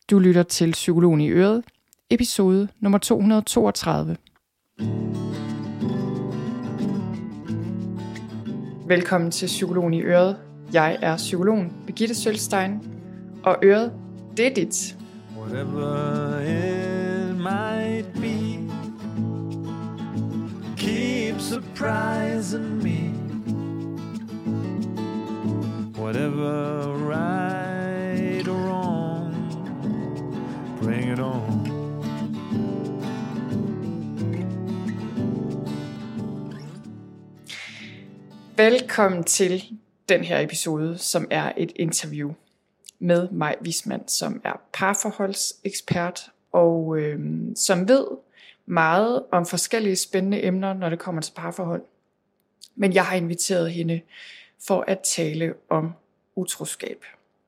Du lytter til Psykologen i Øret, episode nummer 232. Velkommen til Psykologen i Øret. Jeg er psykologen Birgitte Sølstein, og Øret, det er dit. Whatever it might be, keep surprising me. Whatever right or wrong, bring it on. Velkommen til den her episode, som er et interview med Maj Wismann, som er parforholdsekspert og som ved meget om forskellige spændende emner, når det kommer til parforhold. Men jeg har inviteret hende for at tale om utroskab.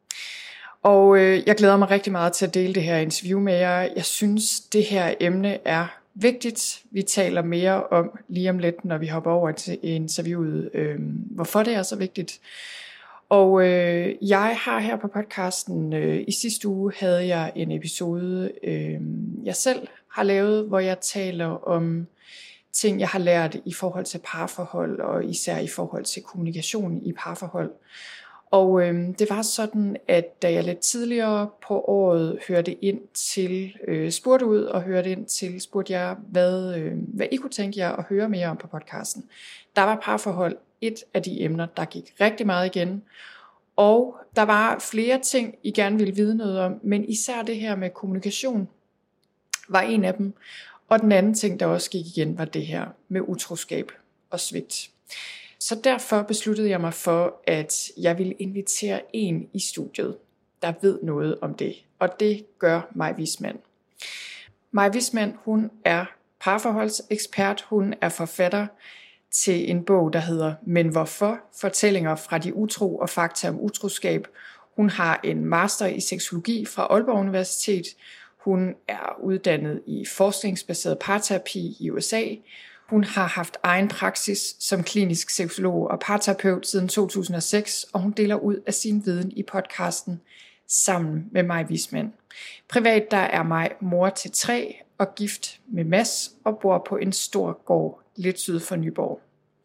Og jeg glæder mig rigtig meget til at dele det her interview med jer. Jeg synes, det her emne er vigtigt. Vi taler mere om lige om lidt, når vi hopper over til interviewet, hvorfor det er så vigtigt. Og jeg har her på podcasten, i sidste uge havde jeg en episode, jeg selv har lavet, hvor jeg taler om ting, jeg har lært i forhold til parforhold, og især i forhold til kommunikation i parforhold. Og det var sådan, at da jeg lidt tidligere på året hørte ind til, spurgte ud og hørte ind til, spurgte jeg, hvad I kunne tænke jer at høre mere om på podcasten. Der var parforhold et af de emner, der gik rigtig meget igen. Og der var flere ting, I gerne ville vide noget om, men især det her med kommunikation var en af dem. Og den anden ting, der også gik igen, var det her med utroskab og svigt. Så derfor besluttede jeg mig for, at jeg ville invitere en i studiet, der ved noget om det. Og det gør Maj Wismann. Maj Wismann, hun er parforholdsekspert. Hun er forfatter til en bog, der hedder Men hvorfor? Fortællinger fra de utro og fakta om utroskab. Hun har en master i seksologi fra Aalborg Universitet. Hun er uddannet i forskningsbaseret parterapi i USA. Hun har haft egen praksis som klinisk seksolog og parterapeut siden 2006, og hun deler ud af sin viden i podcasten sammen med Maj Wismann. Privat der er Maj mor til 3 og gift med Mads og bor på en stor gård lidt syd for Nyborg.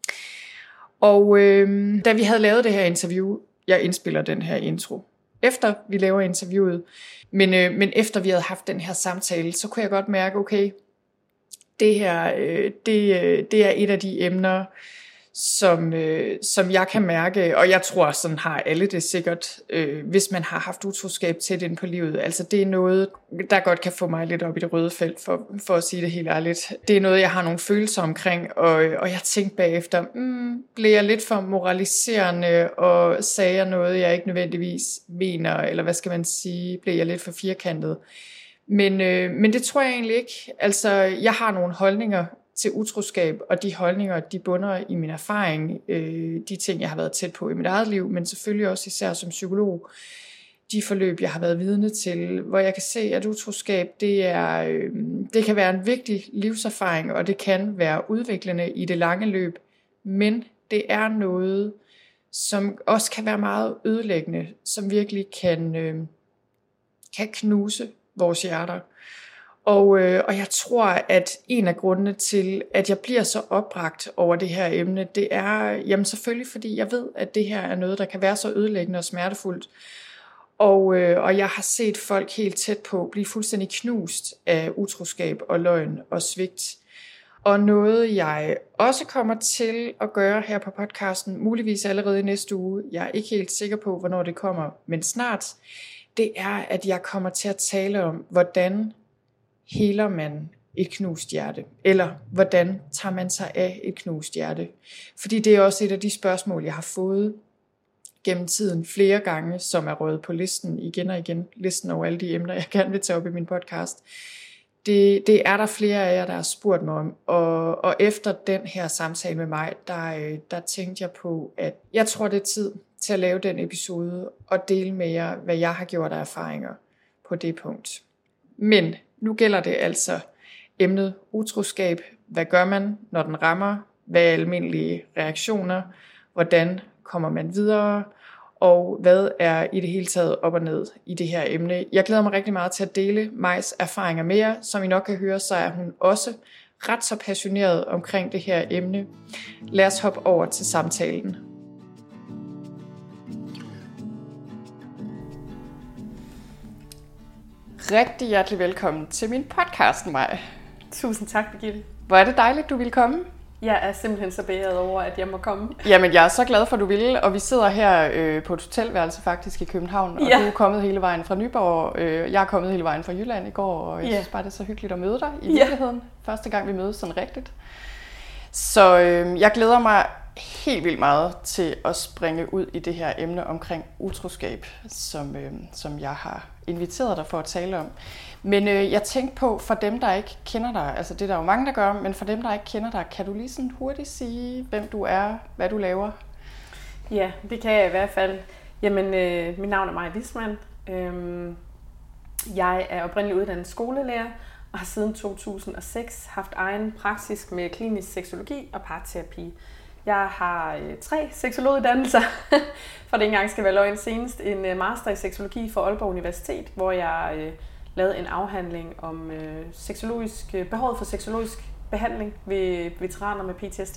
Og da vi havde lavet det her interview, jeg indspiller den her intro, efter vi laver interviewet, men efter vi havde haft den her samtale, så kunne jeg godt mærke, okay, det her, det er et af de emner, som jeg kan mærke, og jeg tror, sådan har alle det sikkert, hvis man har haft utroskab tæt ind på livet. Altså det er noget, der godt kan få mig lidt op i det røde felt, for at sige det helt ærligt. Det er noget, jeg har nogle følelser omkring, og jeg tænkte bagefter, blev jeg lidt for moraliserende, og sagde jeg noget, jeg ikke nødvendigvis mener, eller hvad skal man sige, blev jeg lidt for firkantet. Men det tror jeg egentlig ikke. Altså, jeg har nogle holdninger til utroskab, og de holdninger, de bunder i min erfaring, de ting, jeg har været tæt på i mit eget liv, men selvfølgelig også især som psykolog, de forløb, jeg har været vidne til, hvor jeg kan se, at utroskab, det kan være en vigtig livserfaring, og det kan være udviklende i det lange løb, men det er noget, som også kan være meget ødelæggende, som virkelig kan knuse vores hjerter. Og jeg tror, at en af grundene til, at jeg bliver så opbragt over det her emne, det er jamen selvfølgelig, fordi jeg ved, at det her er noget, der kan være så ødelæggende og smertefuldt. Og jeg har set folk helt tæt på blive fuldstændig knust af utroskab og løgn og svigt. Og noget, jeg også kommer til at gøre her på podcasten, muligvis allerede i næste uge, jeg er ikke helt sikker på, hvornår det kommer, men snart, det er, at jeg kommer til at tale om, hvordan heler man et knust hjerte, eller hvordan tager man sig af et knust hjerte. Fordi det er også et af de spørgsmål, jeg har fået gennem tiden flere gange, som er røget på listen igen og igen, listen over alle de emner, jeg gerne vil tage op i min podcast. Det er der flere af jer, der har spurgt mig om, og efter den her samtale med mig, der tænkte jeg på, at jeg tror, det er tid til at lave den episode og dele med jer, hvad jeg har gjort af erfaringer på det punkt. Men nu gælder det altså emnet utroskab. Hvad gør man, når den rammer? Hvad er almindelige reaktioner? Hvordan kommer man videre? og hvad er i det hele taget op og ned i det her emne. Jeg glæder mig rigtig meget til at dele Majs erfaringer med jer. Som I nok kan høre, så er hun også ret så passioneret omkring det her emne. Lad os hoppe over til samtalen. Rigtig hjertelig velkommen til min podcast, Maj. Tusind tak, Birgitte. Hvor er det dejligt, du ville komme. Jeg er simpelthen så beæret over, at jeg må komme. Jamen, jeg er så glad for, at du ville, og vi sidder her på et hotelværelse faktisk i København, og du er kommet hele vejen fra Nyborg. Jeg er kommet hele vejen fra Jylland i går, og jeg synes bare, det er så hyggeligt at møde dig i virkeligheden. Første gang, vi mødes sådan rigtigt. Så jeg glæder mig helt vildt meget til at springe ud i det her emne omkring utroskab, som jeg har inviteret dig for at tale om. Men jeg tænkte på, for dem, der ikke kender dig, altså det er der jo mange, der gør, men for dem, der ikke kender dig, kan du lige sådan hurtigt sige, hvem du er, hvad du laver? Ja, det kan jeg i hvert fald. Jamen, mit navn er Maj Wismann. Jeg er oprindeligt uddannet skolelærer, og har siden 2006 haft egen praksis med klinisk seksologi og parterapi. Jeg har 3 seksologuddannelser, for det ikke engang skal være løgn senest. En master i seksologi fra Aalborg Universitet, hvor jeg lavede en afhandling om behovet for seksologisk behandling ved veteraner med PTSD.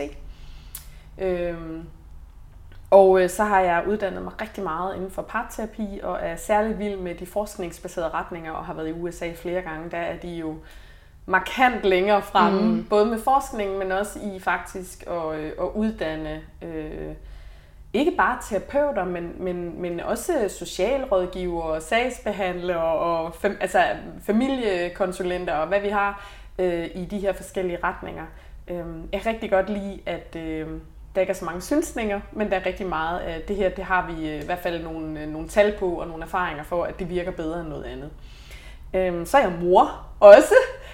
Og så har jeg uddannet mig rigtig meget inden for parterapi, og er særlig vild med de forskningsbaserede retninger, og har været i USA flere gange. Der er de jo markant længere fremme, både med forskning, men også i faktisk at uddanne ikke bare terapeuter, men også socialrådgivere, sagsbehandlere og familiekonsulenter og hvad vi har i de her forskellige retninger. Jeg kan rigtig godt lide, at der ikke er så mange synsninger, men der er rigtig meget af det her, det har vi i hvert fald nogle tal på og nogle erfaringer for, at det virker bedre end noget andet. Så er jeg mor også.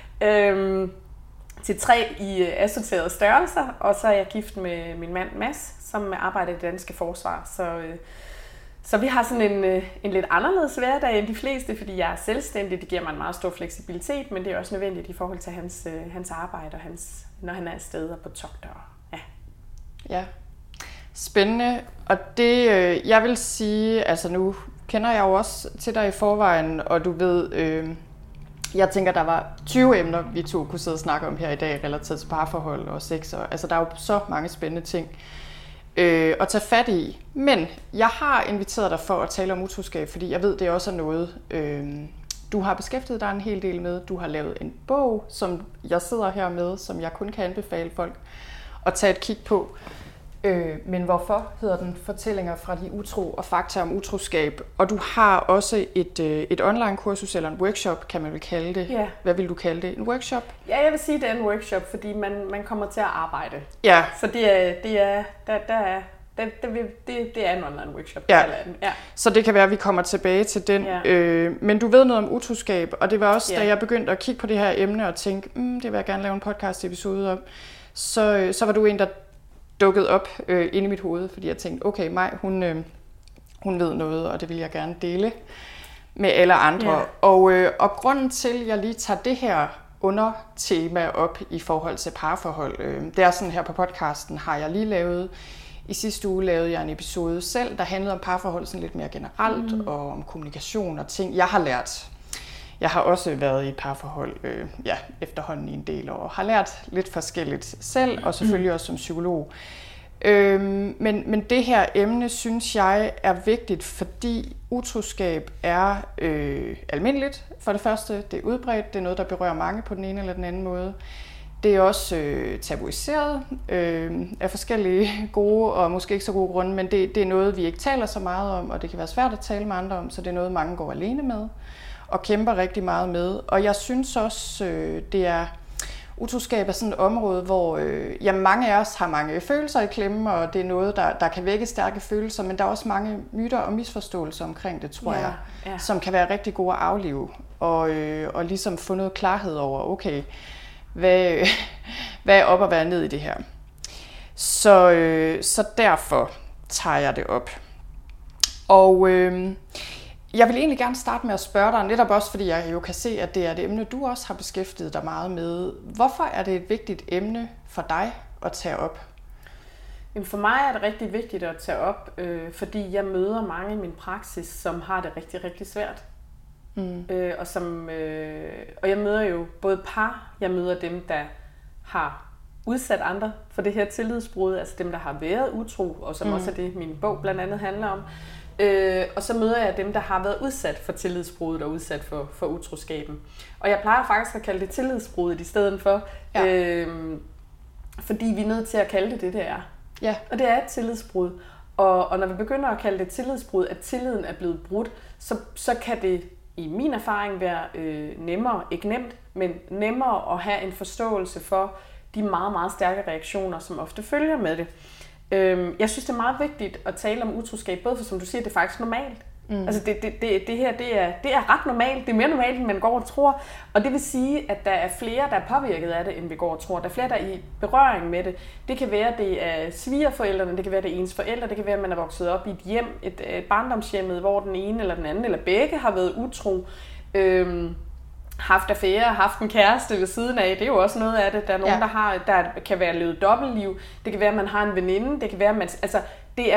Til 3 i assorterede størrelser, og så er jeg gift med min mand Mads, som arbejder i det danske forsvar. Så vi har sådan en lidt anderledes hverdag end de fleste, fordi jeg er selvstændig. Det giver mig en meget stor fleksibilitet, men det er også nødvendigt i forhold til hans arbejde, og når han er afsted og på togt. Ja, spændende. Og det, jeg vil sige, altså nu kender jeg jo også til dig i forvejen, og du ved... Jeg tænker, der var 20 emner, vi to kunne sidde og snakke om her i dag, relateret til parforhold og sex. Altså, der er jo så mange spændende ting at tage fat i. Men jeg har inviteret dig for at tale om utroskab, fordi jeg ved, det også er noget, du har beskæftiget dig en hel del med. Du har lavet en bog, som jeg sidder her med, som jeg kun kan anbefale folk at tage et kig på. Men hvorfor hedder den Fortællinger fra de utro og fakta om utroskab? Og du har også et online kursus eller en workshop, kan man vel kalde det. Ja. Hvad vil du kalde det? En workshop? Ja, jeg vil sige, det er en workshop, fordi man kommer til at arbejde. Ja. Så det er en online workshop. Ja. Ja. Så det kan være, at vi kommer tilbage til den. Ja. Men du ved noget om utroskab, og det var også, da jeg begyndte at kigge på det her emne og tænke, det vil jeg gerne lave en podcast episode om, så var du en, der dukket op inde i mit hoved, fordi jeg tænkte, okay, Maj, hun ved noget, og det vil jeg gerne dele med alle andre. Ja. Og grunden til, at jeg lige tager det her undertema op i forhold til parforhold, det er sådan her på podcasten, har jeg lige lavet, i sidste uge lavede jeg en episode selv, der handlede om parforhold sådan lidt mere generelt, og om kommunikation og ting, jeg har lært. Jeg har også været i et parforhold efterhånden i en del år, og har lært lidt forskelligt selv, og selvfølgelig også som psykolog. Men det her emne, synes jeg, er vigtigt, fordi utroskab er almindeligt. For det første, det er udbredt, det er noget, der berører mange på den ene eller den anden måde. Det er også tabuiseret af forskellige gode og måske ikke så gode grunde, men det er noget, vi ikke taler så meget om, og det kan være svært at tale med andre om, så det er noget, mange går alene med og kæmper rigtig meget med. Og jeg synes også, det er utroskab er sådan et område, hvor mange af os har mange følelser i klemme, og det er noget, der kan vække stærke følelser, men der er også mange myter og misforståelser omkring det, tror jeg, som kan være rigtig gode at aflive, og ligesom få noget klarhed over, okay, hvad er op og hvad er ned i det her. Så derfor tager jeg det op. Og jeg vil egentlig gerne starte med at spørge dig, netop også fordi jeg jo kan se, at det er et emne, du også har beskæftiget dig meget med. Hvorfor er det et vigtigt emne for dig at tage op? Jamen for mig er det rigtig vigtigt at tage op, fordi jeg møder mange i min praksis, som har det rigtig, rigtig svært. Og jeg møder jo både par, jeg møder dem, der har udsat andre for det her tillidsbrud, altså dem, der har været utro, og som også er det, min bog blandt andet handler om. Og så møder jeg dem, der har været udsat for tillidsbruddet og udsat for utroskaben. Og jeg plejer faktisk at kalde det tillidsbruddet i stedet for, fordi vi er nødt til at kalde det er. Ja. Og det er et tillidsbrud. Og når vi begynder at kalde det tillidsbrud, at tilliden er blevet brudt, så kan det i min erfaring være nemmere, ikke nemt, men nemmere at have en forståelse for de meget, meget stærke reaktioner, som ofte følger med det. Jeg synes, det er meget vigtigt at tale om utroskab, både for, som du siger, det er faktisk normalt. Altså det her, det er ret normalt. Det er mere normalt, end man går og tror. Og det vil sige, at der er flere, der er påvirket af det, end vi går og tror. Der er flere, der er i berøring med det. Det kan være, det er svigerforældrene, det kan være, det er ens forældre, det kan være, at man er vokset op i et hjem, et barndomshjemmet, hvor den ene eller den anden, eller begge har været utro. Haft affære, haft en kæreste ved siden af, det er jo også noget af det. Der er nogen, der kan være levet dobbeltliv. Det kan være, at man har en veninde. Det kan være, at man... Altså, det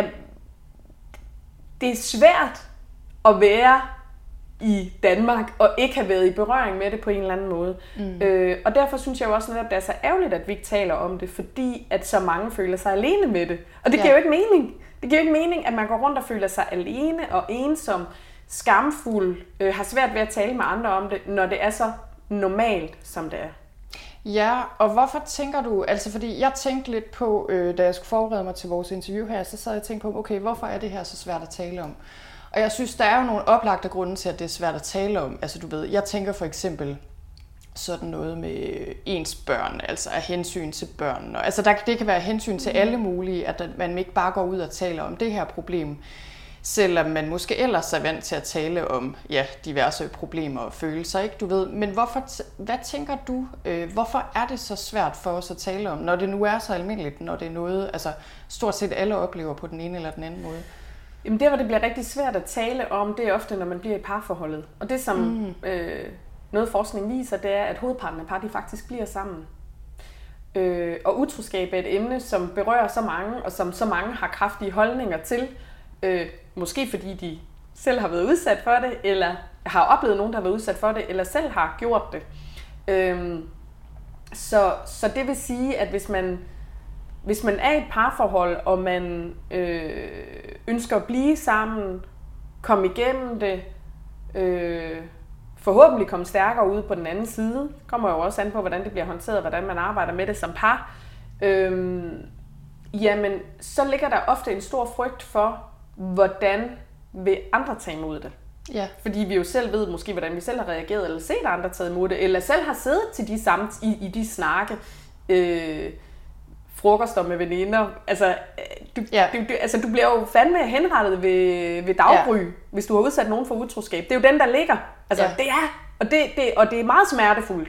er svært at være i Danmark og ikke have været i berøring med det på en eller anden måde. Og derfor synes jeg jo også, at det er så ærgerligt, at vi ikke taler om det, fordi at så mange føler sig alene med det. Og det giver jo ikke mening. Det giver jo ikke mening, at man går rundt og føler sig alene og ensom, skamfuld, har svært ved at tale med andre om det, når det er så normalt, som det er. Ja, og hvorfor tænker du, altså fordi jeg tænkte lidt på, da jeg skulle forberede mig til vores interview her, så sad jeg og tænkte på, okay, hvorfor er det her så svært at tale om? Og jeg synes, der er jo nogle oplagte grunde til, at det er svært at tale om. Altså du ved, jeg tænker for eksempel sådan noget med ens børn, altså af hensyn til børn. Altså det kan være hensyn til alle mulige, at man ikke bare går ud og taler om det her problem, selvom man måske ellers er vant til at tale om diverse problemer og følelser, ikke? Du ved, men hvad tænker du, hvorfor er det så svært for os at tale om, når det nu er så almindeligt, når det er noget, altså stort set alle oplever på den ene eller den anden måde? Jamen det, hvor det bliver rigtig svært at tale om, det er ofte, når man bliver i parforholdet. Og det, som noget forskning viser, det er, at hovedparten af par, de faktisk bliver sammen. Og utroskab er et emne, som berører så mange, og som så mange har kraftige holdninger til. Måske fordi de selv har været udsat for det, eller har oplevet nogen, der har været udsat for det, eller selv har gjort det. Så det vil sige, at hvis man er i et parforhold, og man ønsker at blive sammen, komme igennem det, forhåbentlig komme stærkere ud på den anden side, kommer jo også an på, hvordan det bliver håndteret, hvordan man arbejder med det som par, jamen så ligger der ofte en stor frygt for, hvordan vil andre tage imod det. Ja. Fordi vi jo selv ved måske, hvordan vi selv har reageret, eller set andre tage imod det, eller selv har siddet til de samme i de snakke, frokoster med veninder. Altså, du bliver jo fandme henrettet ved daggry, hvis du har udsat nogen for utroskab. Det er jo den, der ligger. Altså, det er, og det er meget smertefuldt.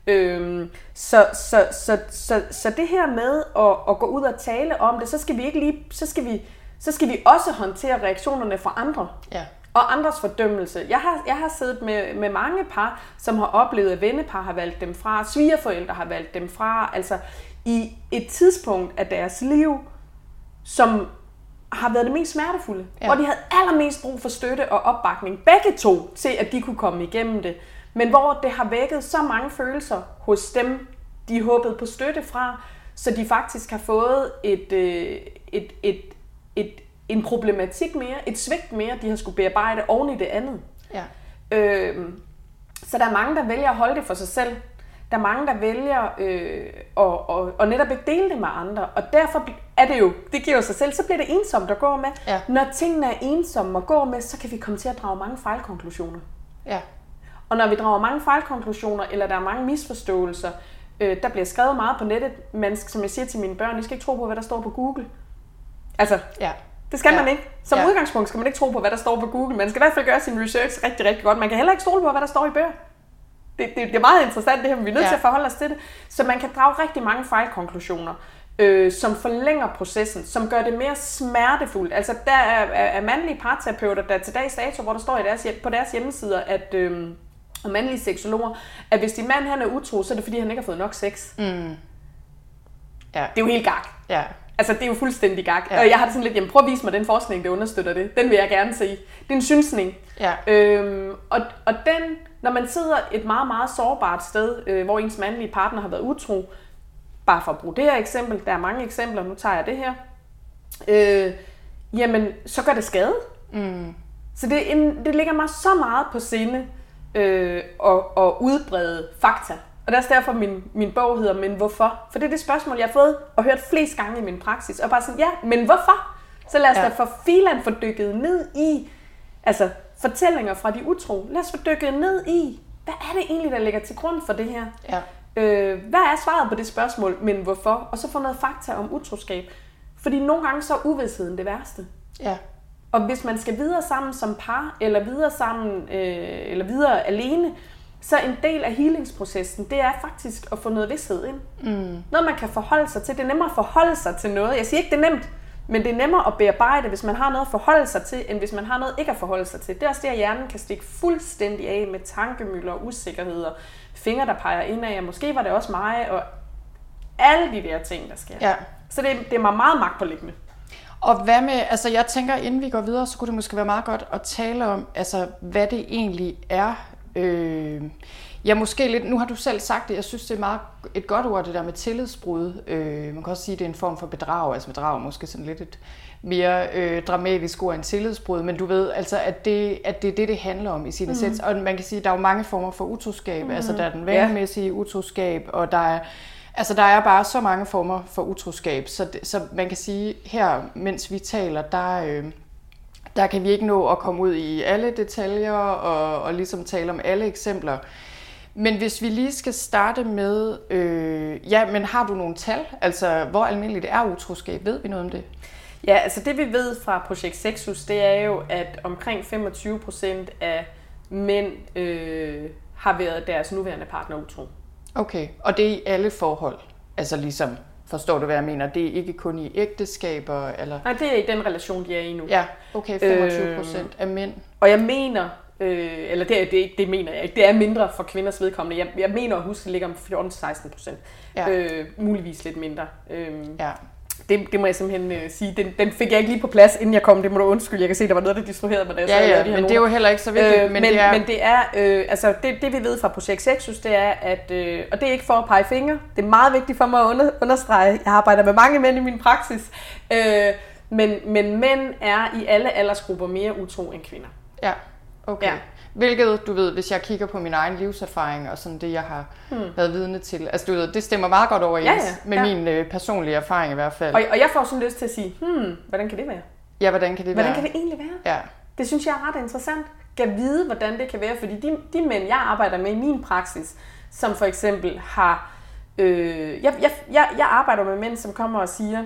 Så det her med at gå ud og tale om det, så skal vi også håndtere reaktionerne fra andre. Ja. Og andres fordømmelse. Jeg har siddet med mange par, som har oplevet, at vennepar har valgt dem fra, svigerforældre har valgt dem fra, altså i et tidspunkt af deres liv, som har været det mest smertefulde. Ja. Og de havde allermest brug for støtte og opbakning, begge to, til at de kunne komme igennem det. Men hvor det har vækket så mange følelser hos dem, de håbede på støtte fra, så de faktisk har fået en problematik mere, et svigt mere, de har skulle bearbejde oven i det andet. Ja. Så der er mange, der vælger at holde det for sig selv. Der er mange, der vælger at netop ikke dele det med andre. Og derfor er det jo, det giver jo sig selv, så bliver det ensomt at gå med. Ja. Når tingene er ensomme at gå med, så kan vi komme til at drage mange fejlkonklusioner. Ja. Og når vi drager mange fejlkonklusioner, eller der er mange misforståelser, der bliver skrevet meget på nettet, men som jeg siger til mine børn, I skal ikke tro på, hvad der står på Google. Altså, det skal man ikke. Som udgangspunkt skal man ikke tro på, hvad der står på Google. Man skal i hvert fald gøre sin research rigtig, rigtig godt. Man kan heller ikke stole på, hvad der står i bøger. Det er meget interessant det her, men vi er nødt til at forholde os til det. Så man kan drage rigtig mange fejlkonklusioner, som forlænger processen, som gør det mere smertefuldt. Altså der er mandlige parterapeuter, der til dags dato, hvor der står på deres hjemmesider, at og mandlige seksologer, at hvis din mand han er utro, så er det fordi, han ikke har fået nok sex. Mm. Ja. Det er jo helt gak. Ja. Altså, det er jo fuldstændig gak. Og jeg har det sådan lidt, jamen prøv at vise mig den forskning, der understøtter det. Den vil jeg gerne se. Det er en synsning. Ja. Og den, når man sidder et meget, meget sårbart sted, hvor ens mandlige partner har været utro, bare for at bruge det her eksempel, der er mange eksempler, nu tager jeg det her, jamen, så gør det skade. Så det ligger mig så meget på sinde at udbrede fakta. Og det er også derfor, min bog hedder Men hvorfor? For det er det spørgsmål, jeg har fået og hørt flest gange i min praksis. Og bare sådan, ja, men hvorfor? Så lad os da for filan få dykket ned i, altså fortællinger fra de utro. Lad os få dykket ned i, hvad er det egentlig, der ligger til grund for det her? Ja. Hvad er svaret på det spørgsmål, men hvorfor? Og så få noget fakta om utroskab. Fordi nogle gange så er uvidsheden det værste. Ja. Og hvis man skal videre sammen som par, eller videre sammen, eller videre alene, så en del af healingsprocessen, det er faktisk at få noget vished ind. Noget, man kan forholde sig til. Det er nemmere at forholde sig til noget. Jeg siger ikke, det er nemt, men det er nemmere at bearbejde, hvis man har noget at forholde sig til, end hvis man har noget ikke at forholde sig til. Det er også det, at hjernen kan stikke fuldstændig af med tankemylder og usikkerheder, fingre, der peger indad, og måske var det også mig, og alle de der ting, der sker. Ja. Så det er mig meget magtpåliggende. Og hvad med, altså jeg tænker, inden vi går videre, så kunne det måske være meget godt at tale om, altså hvad det egentlig er. Ja, måske lidt, nu har du selv sagt det, jeg synes, det er meget et godt ord, det der med tillidsbrud. Man kan også sige, at det er en form for bedrag, altså bedrag måske sådan lidt et mere dramatisk ord end tillidsbrud, men du ved, altså at det er det handler om i sin essens. Og man kan sige, at der er jo mange former for utroskab, altså der er den vanemæssige utroskab, og der er bare så mange former for utroskab, så man kan sige, her, mens vi taler, der kan vi ikke nå at komme ud i alle detaljer og ligesom tale om alle eksempler. Men hvis vi lige skal starte med, men har du nogle tal? Altså, hvor almindeligt er utroskab? Ved vi noget om det? Ja, altså det vi ved fra Projekt Sexus, det er jo, at omkring 25% af mænd har været deres nuværende partner utro. Okay. Og det er i alle forhold? Altså ligesom, forstår du hvad jeg mener? Det er ikke kun i ægteskaber? Eller? Nej, det er i den relation, de er i nu. Ja, okay, 25% af mænd. Og jeg mener, eller det mener jeg ikke, det er mindre for kvinders vedkommende. Jeg mener at huske, det ligger om 14-16%. Ja. Muligvis lidt mindre. Ja. Det må jeg simpelthen sige. Den fik jeg ikke lige på plads, inden jeg kom. Det må du undskylde. Jeg kan se, der var noget, der distraherede mig, da jeg sagde det her. Men det er jo heller ikke så vigtigt. Men det er, altså det vi ved fra Projekt Sexus, det er, at, og det er ikke for at pege fingre. Det er meget vigtigt for mig at understrege. Jeg arbejder med mange mænd i min praksis. Men mænd er i alle aldersgrupper mere utro end kvinder. Ja, okay. Ja. Hvilket, du ved, hvis jeg kigger på min egen livserfaring og sådan det, jeg har været vidne til. Altså, du ved, det stemmer meget godt overens med min personlige erfaring i hvert fald. Og jeg får sådan lyst til at sige, hvordan kan det være? Ja, hvordan kan det være? Hvordan kan det egentlig være? Ja. Det synes jeg er ret interessant. Kan vide, hvordan det kan være. Fordi de mænd, jeg arbejder med i min praksis, som for eksempel har... Jeg arbejder med mænd, som kommer og siger,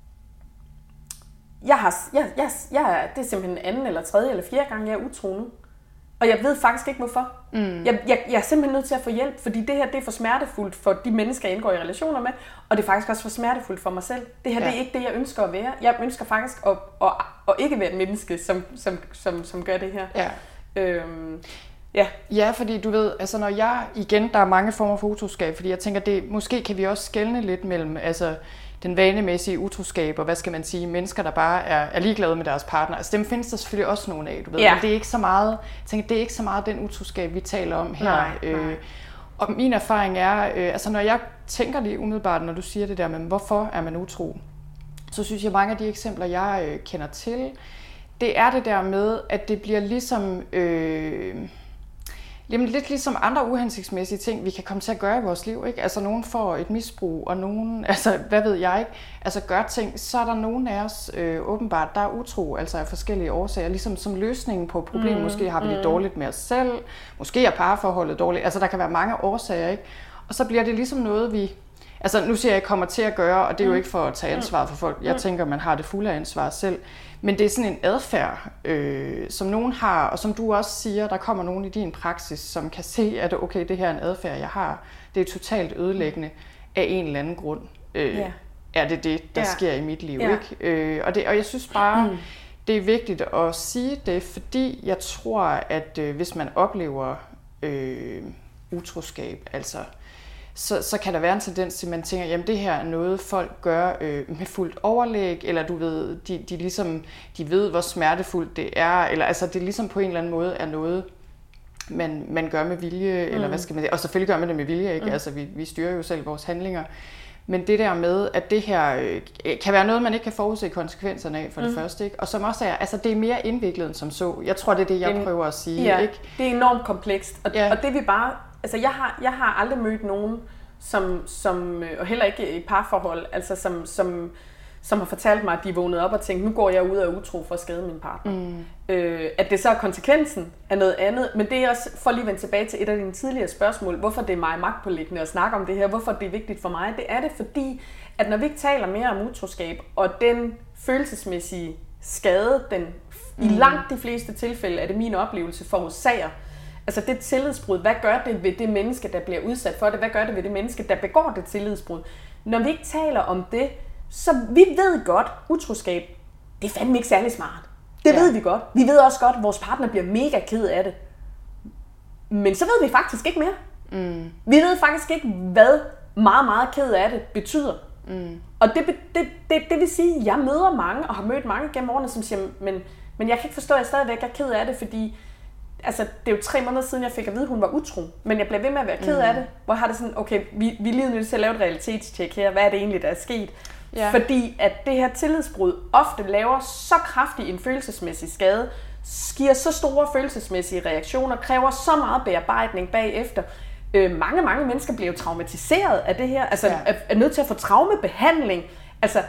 det er simpelthen anden eller tredje eller fjerde gang, jeg er utro nu. Og jeg ved faktisk ikke, hvorfor. Jeg er simpelthen nødt til at få hjælp, fordi det her det er for smertefuldt for de mennesker, jeg indgår i relationer med, og det er faktisk også for smertefuldt for mig selv. Det her det er ikke det, jeg ønsker at være. Jeg ønsker faktisk at ikke være et menneske, som gør det her. Ja. Ja, fordi du ved, altså når der er mange former for utroskab, fordi jeg tænker, måske kan vi også skelne lidt mellem, altså den vanemæssige utroskab, og hvad skal man sige, mennesker, der bare er ligeglade med deres partner. Altså dem findes der selvfølgelig også nogle af, du ved. Men det er ikke så meget, det er ikke så meget den utroskab, vi taler om her. Nej. Og min erfaring er, altså når jeg tænker lige umiddelbart, når du siger det der med, hvorfor er man utro, så synes jeg, mange af de eksempler, jeg kender til, det er det der med, at det bliver ligesom... lidt ligesom andre uhensigtsmæssige ting, vi kan komme til at gøre i vores liv, ikke? Altså nogen får et misbrug, og nogen, altså hvad ved jeg ikke, altså gør ting, så er der nogen af os åbenbart, der er utro, altså af forskellige årsager, ligesom som løsningen på problemet. Måske har vi det dårligt med os selv, måske er parforholdet dårligt, altså der kan være mange årsager, ikke? Og så bliver det ligesom noget, vi, altså nu siger jeg, kommer til at gøre, og det er jo ikke for at tage ansvar for folk, jeg tænker, man har det fulde ansvar selv, men det er sådan en adfærd, som nogen har, og som du også siger, der kommer nogen i din praksis, som kan se, at okay, det her er en adfærd, jeg har. Det er totalt ødelæggende af en eller anden grund. Er det, der sker i mit liv, ikke? Og jeg synes bare, det er vigtigt at sige det, fordi jeg tror, at hvis man oplever utroskab, altså så kan der være en tendens til, at man tænker, jamen det her er noget, folk gør med fuldt overlæg, eller du ved, de ved, hvor smertefuldt det er, eller altså det ligesom på en eller anden måde er noget, man gør med vilje, eller hvad skal man sige, og selvfølgelig gør man det med vilje, ikke? Altså vi styrer jo selv vores handlinger. Men det der med, at det her kan være noget, man ikke kan forudse konsekvenserne af for det første, ikke? Og som også er, altså det er mere indviklet end som så. Jeg tror, det er det, jeg prøver at sige, ja, ikke? Det er enormt komplekst, og det vi bare, altså jeg har aldrig mødt nogen, som og heller ikke i parforhold, altså som har fortalt mig, at de vågnede op og tænkte, nu går jeg ud af utro for at skade min partner. At det så er konsekvensen af noget andet, men det er også, for lige at vende tilbage til et af dine tidligere spørgsmål, hvorfor det er mig magtpåliggende at snakke om det her, hvorfor det er vigtigt for mig, det er det fordi, at når vi ikke taler mere om utroskab, og den følelsesmæssige skade, den i langt de fleste tilfælde, er det min oplevelse, forårsager, altså det tillidsbrud, hvad gør det ved det menneske, der bliver udsat for det, hvad gør det ved det menneske, der begår det tillidsbrud? Når vi ikke taler om det, så vi ved godt, utroskab, det er fandme ikke særlig smart. Det ved vi godt. Vi ved også godt, at vores partner bliver mega ked af det. Men så ved vi faktisk ikke mere. Vi ved faktisk ikke, hvad meget, meget ked af det betyder. Og det vil sige, at jeg møder mange, og har mødt mange gennem årene, som siger, men jeg kan ikke forstå, at jeg stadigvæk er ked af det, fordi altså, det er jo 3 måneder siden, jeg fik at vide, at hun var utro. Men jeg blev ved med at være ked af det. Hvor har det sådan, okay, vi er lige nødt til at lave et realitetstjek her. Hvad er det egentlig, der er sket? Ja. Fordi at det her tillidsbrud ofte laver så kraftig en følelsesmæssig skade, giver så store følelsesmæssige reaktioner, kræver så meget bearbejdning bagefter. Mange mennesker bliver jo traumatiseret af det her, altså er nødt til at få traumebehandling. Altså,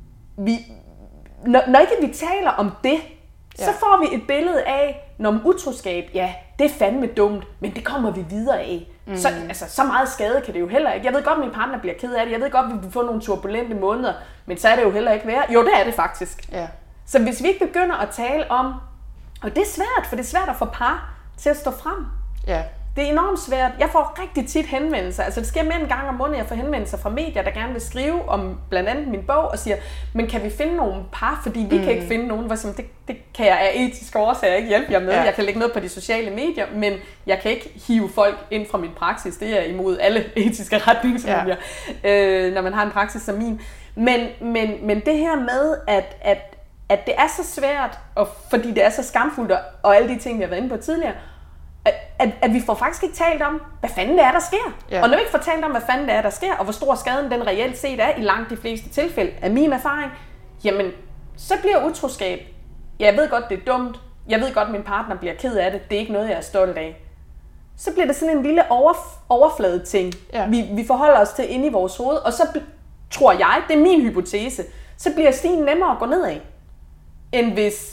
når ikke vi taler om det, så får vi et billede af, når utroskab, ja, det er fandme dumt, men det kommer vi videre af. Så meget skade kan det jo heller ikke. Jeg ved godt, at min partner bliver ked af det. Jeg ved godt, at vi vil få nogle turbulente måneder, men så er det jo heller ikke værd. Jo, det er det faktisk. Ja. Så hvis vi ikke begynder at tale om, og det er svært, for det er svært at få par til at stå frem. Ja. Det er enormt svært. Jeg får rigtig tit henvendelser. Altså det sker mere en gang om måneden, jeg får henvendelser fra medier, der gerne vil skrive om blandt andet min bog, og siger, men kan vi finde nogle par, fordi vi kan ikke finde nogen, hvor det kan jeg af etiske årsager ikke hjælpe jer med. Ja. Jeg kan lægge noget på de sociale medier, men jeg kan ikke hive folk ind fra min praksis. Det er imod alle etiske retningslinjer, når man har en praksis som min. Men det her med, at det er så svært, og fordi det er så skamfuldt, og alle de ting, vi har været inde på tidligere, at vi får faktisk ikke talt om, hvad fanden det er, der sker. Ja. Og når vi ikke får talt om, hvad fanden det er, der sker, og hvor stor skaden den reelt set er, i langt de fleste tilfælde, af min erfaring, jamen, så bliver utroskab, jeg ved godt, det er dumt, jeg ved godt, at min partner bliver ked af det, det er ikke noget, jeg er stolt af. Så bliver det sådan en lille overflade ting, vi forholder os til inde i vores hoved, og så tror jeg, det er min hypotese, så bliver stigen nemmere at gå ned af, end hvis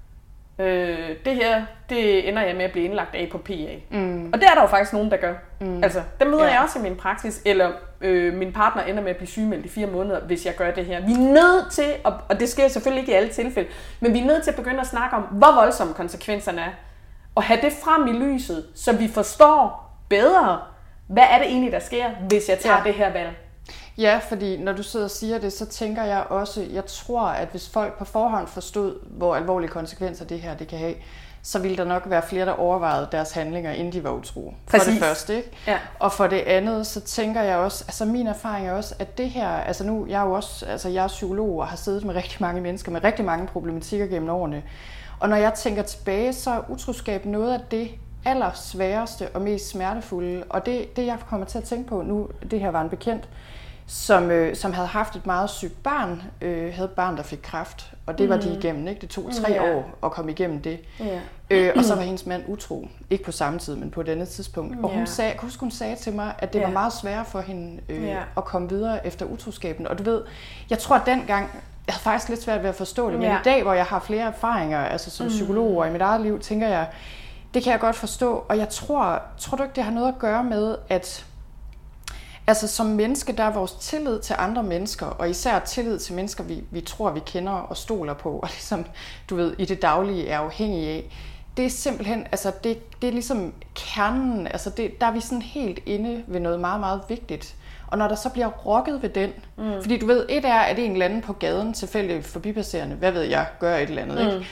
det her, det ender jeg med at blive indlagt af på PA. Og det er der jo faktisk nogen, der gør. Altså, det møder jeg også i min praksis, eller min partner ender med at blive sygemeldt i 4 måneder, hvis jeg gør det her. Vi er nødt til, og det sker selvfølgelig ikke i alle tilfælde, men vi er nødt til at begynde at snakke om, hvor voldsomme konsekvenserne er, og have det frem i lyset, så vi forstår bedre, hvad er det egentlig, der sker, hvis jeg tager det her valg. Ja, fordi når du sidder og siger det, så tænker jeg også, jeg tror, at hvis folk på forhånd forstod, hvor alvorlige konsekvenser det her det kan have, så ville der nok være flere, der overvejede deres handlinger, inden de var utro. Præcis. For det første, ikke? Ja. Og for det andet, så tænker jeg også, altså min erfaring er også, at det her, altså nu, jeg er jo også, altså jeg er psykolog og har siddet med rigtig mange mennesker, med rigtig mange problematikker gennem årene. Og når jeg tænker tilbage, så er utroskab noget af det allersværeste og mest smertefulde. Og det jeg kommer til at tænke på nu, det her var en bekendt, som havde haft et meget sygt barn, havde et barn, der fik kræft, og det var de igennem, ikke? Det tog 3 år at komme igennem det. Og så var hendes mand utro, ikke på samme tid, men på et andet tidspunkt. Og hun sagde til mig, at det var meget sværere for hende at komme videre efter utroskaben. Og du ved, jeg tror at dengang, jeg havde faktisk lidt svært ved at forstå det, men i dag, hvor jeg har flere erfaringer, altså som psykolog og i mit eget liv, tænker jeg, det kan jeg godt forstå. Og jeg tror du ikke, det har noget at gøre med, at altså som menneske, der er vores tillid til andre mennesker, og især tillid til mennesker, vi tror, vi kender og stoler på, og ligesom, du ved, i det daglige er afhængige af. Det er simpelthen, altså det er ligesom kernen, altså der er vi sådan helt inde ved noget meget, meget vigtigt. Og når der så bliver rokket ved den, fordi du ved, et er, at en eller anden på gaden, tilfældigt forbipasserende, hvad ved jeg, gør et eller andet, ikke?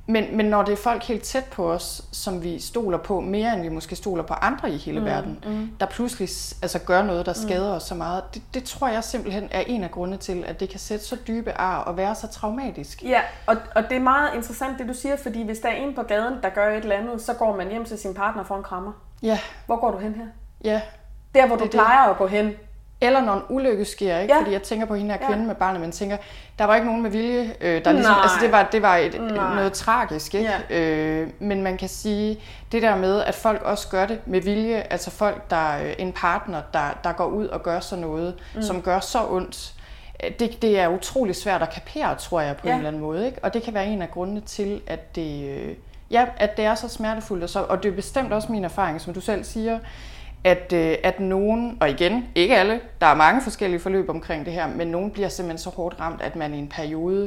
Men når det er folk helt tæt på os, som vi stoler på mere, end vi måske stoler på andre i hele verden, der pludselig gør noget, der skader os så meget, det tror jeg simpelthen er en af grundene til, at det kan sætte så dybe ar og være så traumatisk. Ja, og det er meget interessant, det du siger, fordi hvis der er en på gaden, der gør et eller andet, så går man hjem til sin partner for en krammer. Ja. Hvor går du hen her? Ja. Der, hvor du plejer at gå hen. Eller når en ulykke sker, ikke? Ja. Fordi jeg tænker på hende her kvinde med barnet, men tænker, der var ikke nogen med vilje, der ligesom, det var noget tragisk, ikke? Ja. Men man kan sige, det der med, at folk også gør det med vilje, altså folk, en partner, der går ud og gør sådan noget, som gør så ondt, det er utrolig svært at kapere, tror jeg, på en eller anden måde, ikke? Og det kan være en af grundene til, at det er så smertefuldt, og det er bestemt også min erfaring, som du selv siger, at nogen, og igen, ikke alle, der er mange forskellige forløb omkring det her, men nogen bliver simpelthen så hårdt ramt, at man i en periode,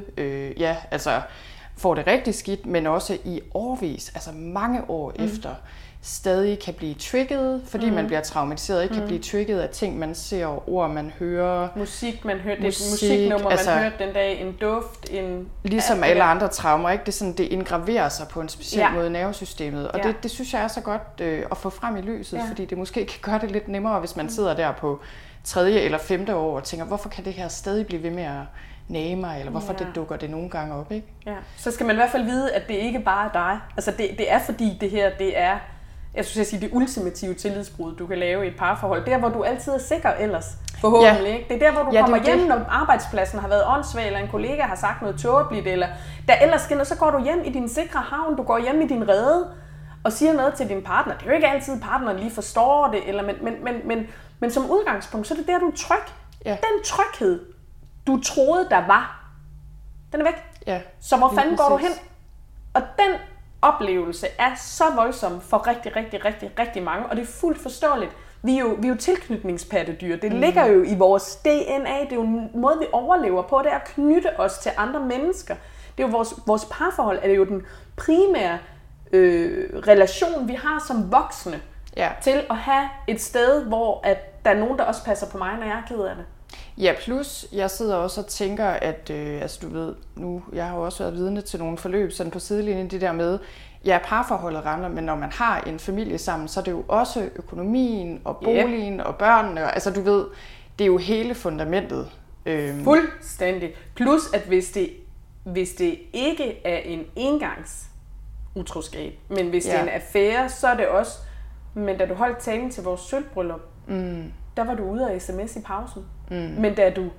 får det rigtig skidt, men også i årvis, altså mange år efter, stadig kan blive trigget, fordi man bliver traumatiseret, ikke kan blive trigget af ting, man ser, ord, man hører. Musik, man hørte, et musiknummer, man hørte den dag, en duft, ligesom alle andre traumer, ikke? Det indgraverer sig på en speciel måde i nervesystemet, og det synes jeg er så godt at få frem i lyset, fordi det måske kan gøre det lidt nemmere, hvis man sidder der på 3. eller 5. år og tænker, hvorfor kan det her stadig blive ved med at nage mig, eller hvorfor det dukker det nogle gange op, ikke? Ja. Så skal man i hvert fald vide, at det ikke bare er dig. Altså det er fordi det her, det er, jeg synes det ultimative tillidsbrud, du kan lave i et parforhold. Der, hvor du altid er sikker ellers, forhåbentlig, ikke? Det er der, hvor du kommer hjem, når arbejdspladsen har været åndssvag, eller en kollega har sagt noget tåbeligt, eller der ellers sker noget, så går du hjem i din sikre havn, du går hjem i din rede, og siger noget til din partner. Det er jo ikke altid, partneren lige forstår det, eller, men som udgangspunkt, så er det der, du er tryg. Ja. Den tryghed, du troede, der var, den er væk. Ja, så hvor fanden går du hen? Og den oplevelse er så voldsom for rigtig, rigtig, rigtig, rigtig mange, og det er fuldt forståeligt. Vi er jo tilknytningspattedyr. Det ligger jo i vores DNA. Det er jo en måde, vi overlever på. Det er at knytte os til andre mennesker. Det er jo vores parforhold. Er det jo den primære relation, vi har som voksne til at have et sted, hvor at der er nogen, der også passer på mig, når jeg er ked af det. Ja, plus jeg sidder også og tænker, at du ved, nu, jeg har jo også været vidne til nogle forløb sådan på sidelinjen, det der med, parforholdet ramler, men når man har en familie sammen, så er det jo også økonomien og boligen og børnene, og, altså du ved, det er jo hele fundamentet. Fuldstændig. Plus at hvis det ikke er en engangs utroskab, men hvis det er en affære, så er det også, men da du holdt talen til vores sølvbryllup, der var du ude af sms i pausen. Men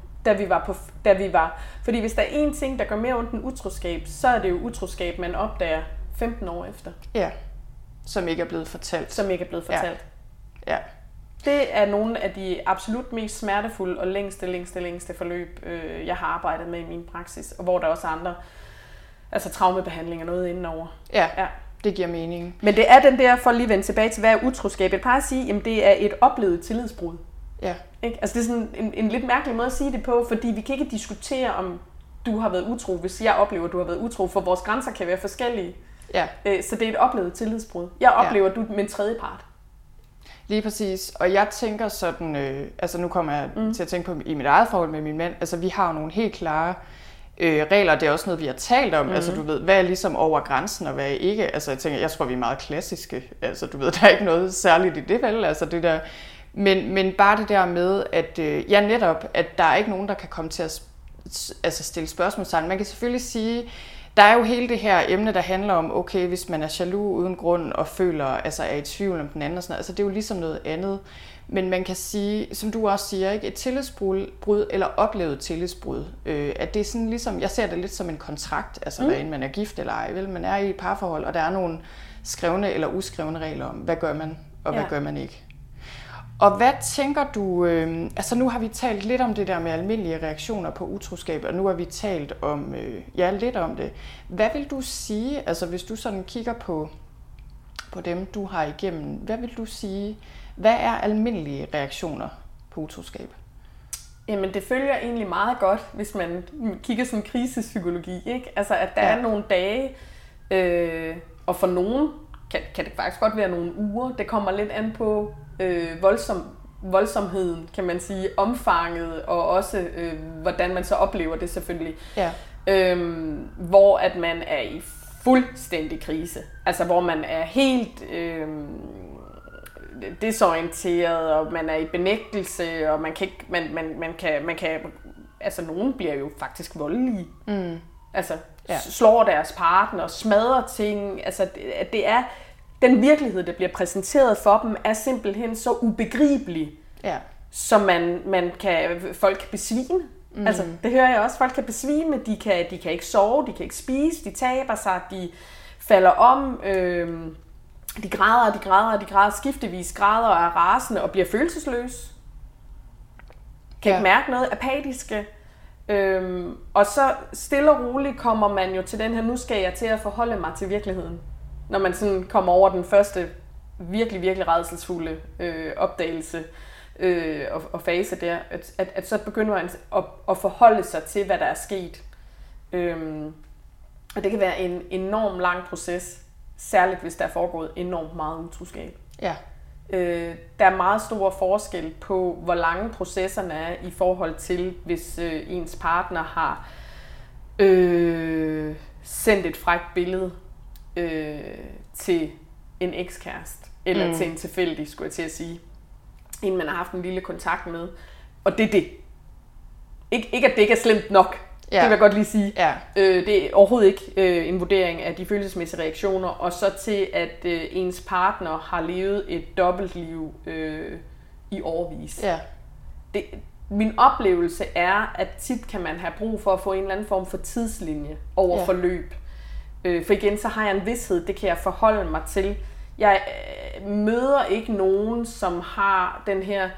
da vi var, fordi hvis der er én ting, der gør mere ondt end utroskab, så er det jo utroskab, man opdager 15 år efter. Ja, som ikke er blevet fortalt. Ja. Det er nogle af de absolut mest smertefulde og længste forløb, jeg har arbejdet med i min praksis, og hvor der også er andre, altså traumebehandling og noget indenover. Ja. Det giver mening. Men det er den der, for lige at vende tilbage til, hvad er utroskab? Jeg plejer at sige, at det er et oplevet tillidsbrud. Ja. Ikke? Altså det er sådan en lidt mærkelig måde at sige det på, fordi vi kan ikke diskutere, om du har været utro, hvis jeg oplever, at du har været utro, for vores grænser kan være forskellige. Ja. Så det er et oplevet tillidsbrud. Jeg oplever, at du er med en tredje part. Lige præcis. Og jeg tænker sådan, altså nu kommer jeg til at tænke på i mit eget forhold med min mand, altså vi har jo nogle helt klare regler, det er også noget, vi har talt om, altså du ved, hvad er ligesom over grænsen, og hvad er ikke, altså jeg tror, vi er meget klassiske, altså du ved, der er ikke noget særligt i det, vel, altså det der, men bare det der med, at netop, at der er ikke nogen, der kan komme til at stille spørgsmål sammen. Man kan selvfølgelig sige, der er jo hele det her emne, der handler om, okay, hvis man er jaloux uden grund og føler, altså er i tvivl om den anden og sådan noget, altså det er jo ligesom noget andet. Men man kan sige, som du også siger, ikke, et tillidsbrud eller oplevet tillidsbrud, at det er sådan ligesom, jeg ser det lidt som en kontrakt, altså hvad end man er gift eller ej, vel, man er i et parforhold, og der er nogle skrevne eller uskrevne regler om, hvad gør man og hvad gør man ikke. Og hvad tænker du, altså nu har vi talt lidt om det der med almindelige reaktioner på utroskab, og nu har vi talt om, lidt om det. Hvad vil du sige, altså hvis du sådan kigger på dem, du har igennem, hvad vil du sige, hvad er almindelige reaktioner på utroskab? Jamen det følger egentlig meget godt, hvis man kigger sådan krisepsykologi, ikke? Altså at der er nogle dage, og for nogen kan det faktisk godt være nogle uger, det kommer lidt an på voldsomheden, kan man sige, omfanget, og også hvordan man så oplever det selvfølgelig. Ja. Hvor at man er i fuldstændig krise. Altså hvor man er helt desorienteret, og man er i benægtelse, og man kan altså nogen bliver jo faktisk voldelige. Altså slår deres partner, smadrer ting. Altså det er den virkelighed, der bliver præsenteret for dem, er simpelthen så ubegribelig, så folk kan besvime. Altså det hører jeg også, folk kan besvime, de kan ikke sove, de kan ikke spise, de taber sig, de falder om, de græder skiftevis, græder og er rasende og bliver følelsesløse. Kan ikke mærke noget, apatiske. Og så stille og roligt kommer man jo til den her, nu skal jeg til at forholde mig til virkeligheden. Når man sådan kommer over den første virkelig, virkelig rædselsfulde opdagelse og fase der, at så begynder man at forholde sig til, hvad der er sket. Og det kan være en enorm lang proces, særligt hvis der er foregået enormt meget utroskab. Ja. Der er meget stor forskel på, hvor lange processerne er i forhold til, hvis ens partner har sendt et frækt billede til en ekskæreste, eller til en tilfældig, skulle jeg til at sige, en man har haft en lille kontakt med. Og det er det. Ikke at det ikke er slemt nok. Det vil jeg godt lige sige. Det er overhovedet ikke en vurdering af de følelsesmæssige reaktioner, og så til, at ens partner har levet et dobbeltliv i årevis. Min oplevelse er, at tit kan man have brug for at få en eller anden form for tidslinje over forløb. For igen, så har jeg en vished, det kan jeg forholde mig til. Jeg møder ikke nogen, som har den her...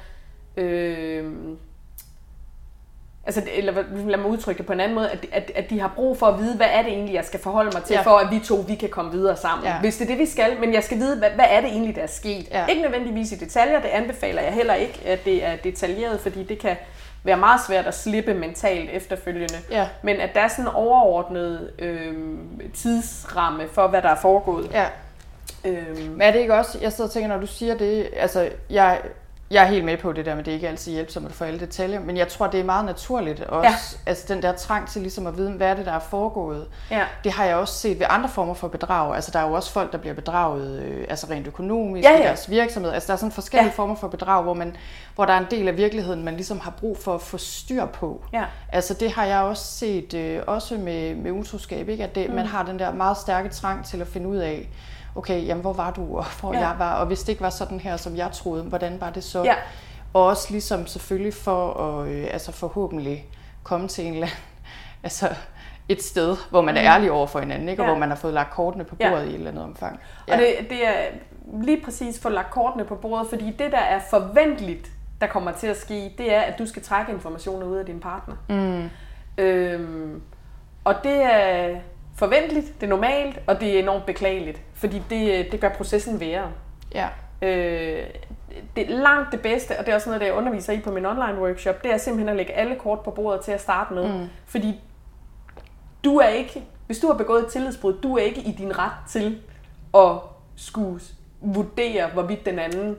eller lad mig udtrykke det på en anden måde, at de har brug for at vide, hvad er det egentlig, jeg skal forholde mig til, for at vi kan komme videre sammen. Hvis det er det, vi skal, men jeg skal vide, hvad er det egentlig, der er sket. Ikke nødvendigvis i detaljer, det anbefaler jeg heller ikke, at det er detaljeret, fordi det kan være meget svært at slippe mentalt efterfølgende. Men at der er sådan en overordnet tidsramme for, hvad der er foregået. Men er det ikke også, jeg sidder og tænker, når du siger det, altså jeg er helt med på det der, men det er ikke altid hjælpsomt at få alle detaljer, men jeg tror, det er meget naturligt også, altså den der trang til ligesom at vide, hvad er det, der er foregået. Det har jeg også set ved andre former for bedrag. Altså der er jo også folk, der bliver bedraget altså rent økonomisk i deres virksomhed. Altså der er sådan forskellige former for bedrag, hvor der er en del af virkeligheden, man ligesom har brug for at få styr på. Altså det har jeg også set, også med utroskab, ikke? At man har den der meget stærke trang til at finde ud af, okay, jamen hvor var du, og hvor jeg var, og hvis det ikke var sådan her, som jeg troede, hvordan var det så? Og også ligesom selvfølgelig for at altså forhåbentlig komme til en eller anden, altså et sted, hvor man er ærlig over for hinanden, ikke? Og hvor man har fået lagt kortene på bordet i et eller andet omfang. Og det er lige præcis få lagt kortene på bordet, fordi det, der er forventeligt, der kommer til at ske, det er, at du skal trække informationer ud af din partner. Og det er forventeligt, det er normalt, og det er enormt beklageligt, fordi det gør processen værre. Det er langt det bedste, og det er også noget, der jeg underviser i på min online workshop, det er simpelthen at lægge alle kort på bordet til at starte med. Fordi du er ikke, hvis du har begået et tillidsbrud, du er ikke i din ret til at skulle vurdere, hvorvidt den anden,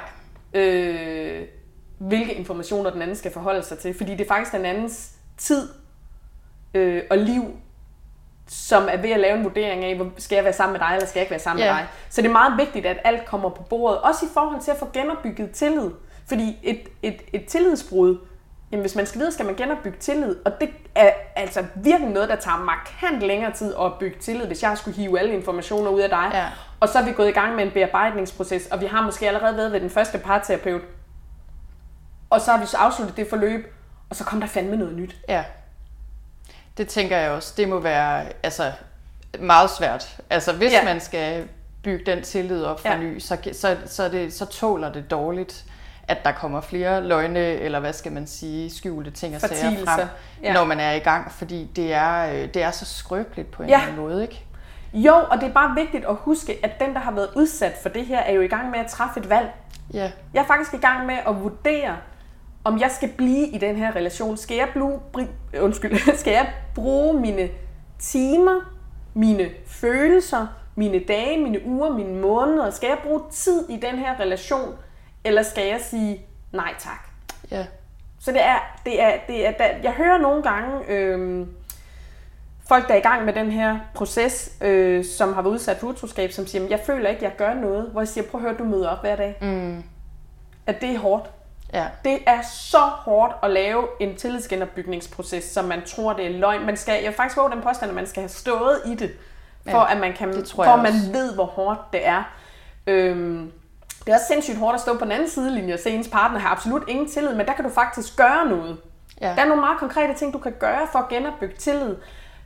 hvilke informationer den anden skal forholde sig til, fordi det er faktisk den andens tid og liv, som er ved at lave en vurdering af, skal jeg være sammen med dig, eller skal jeg ikke være sammen med dig. Så det er meget vigtigt, at alt kommer på bordet, også i forhold til at få genopbygget tillid. Fordi et tillidsbrud, jamen hvis man skal vide, skal man genopbygge tillid, og det er altså virkelig noget, der tager markant længere tid at bygge tillid, hvis jeg skulle hive alle informationer ud af dig. Og så er vi gået i gang med en bearbejdningsproces, og vi har måske allerede været ved den første parterapeut, og så har vi så afsluttet det forløb, og så kom der fandme noget nyt. Det tænker jeg også. Det må være altså meget svært. Altså hvis man skal bygge den tillid op for ny, så tåler det dårligt, at der kommer flere løgne, eller hvad skal man sige, skjulte ting og sager frem, når man er i gang, fordi det er så skrøbeligt på en eller anden måde, ikke? Jo, og det er bare vigtigt at huske, at den, der har været udsat for det her, er jo i gang med at træffe et valg. Jeg er faktisk i gang med at vurdere, om jeg skal blive i den her relation. Skal jeg bruge mine timer, mine følelser, mine dage, mine uger, mine måneder? Skal jeg bruge tid i den her relation, eller skal jeg sige nej tak? Så det er jeg hører nogle gange folk, der er i gang med den her proces, som har været udsat for utroskab, som siger, jeg føler ikke, jeg gør noget, hvor jeg siger, prøv at høre, du møder op hver dag. At det er hårdt. Ja. Det er så hårdt at lave en tillidsgenopbygningsproces, som man tror, det er løgn. Jeg vil faktisk våge den påstand, at man skal have stået i det, for at man kan, man ved, hvor hårdt det er. Det er også sindssygt hårdt at stå på den anden sidelinje og se, ens partner har absolut ingen tillid, men der kan du faktisk gøre noget. Ja. Der er nogle meget konkrete ting, du kan gøre for at genopbygge tillid.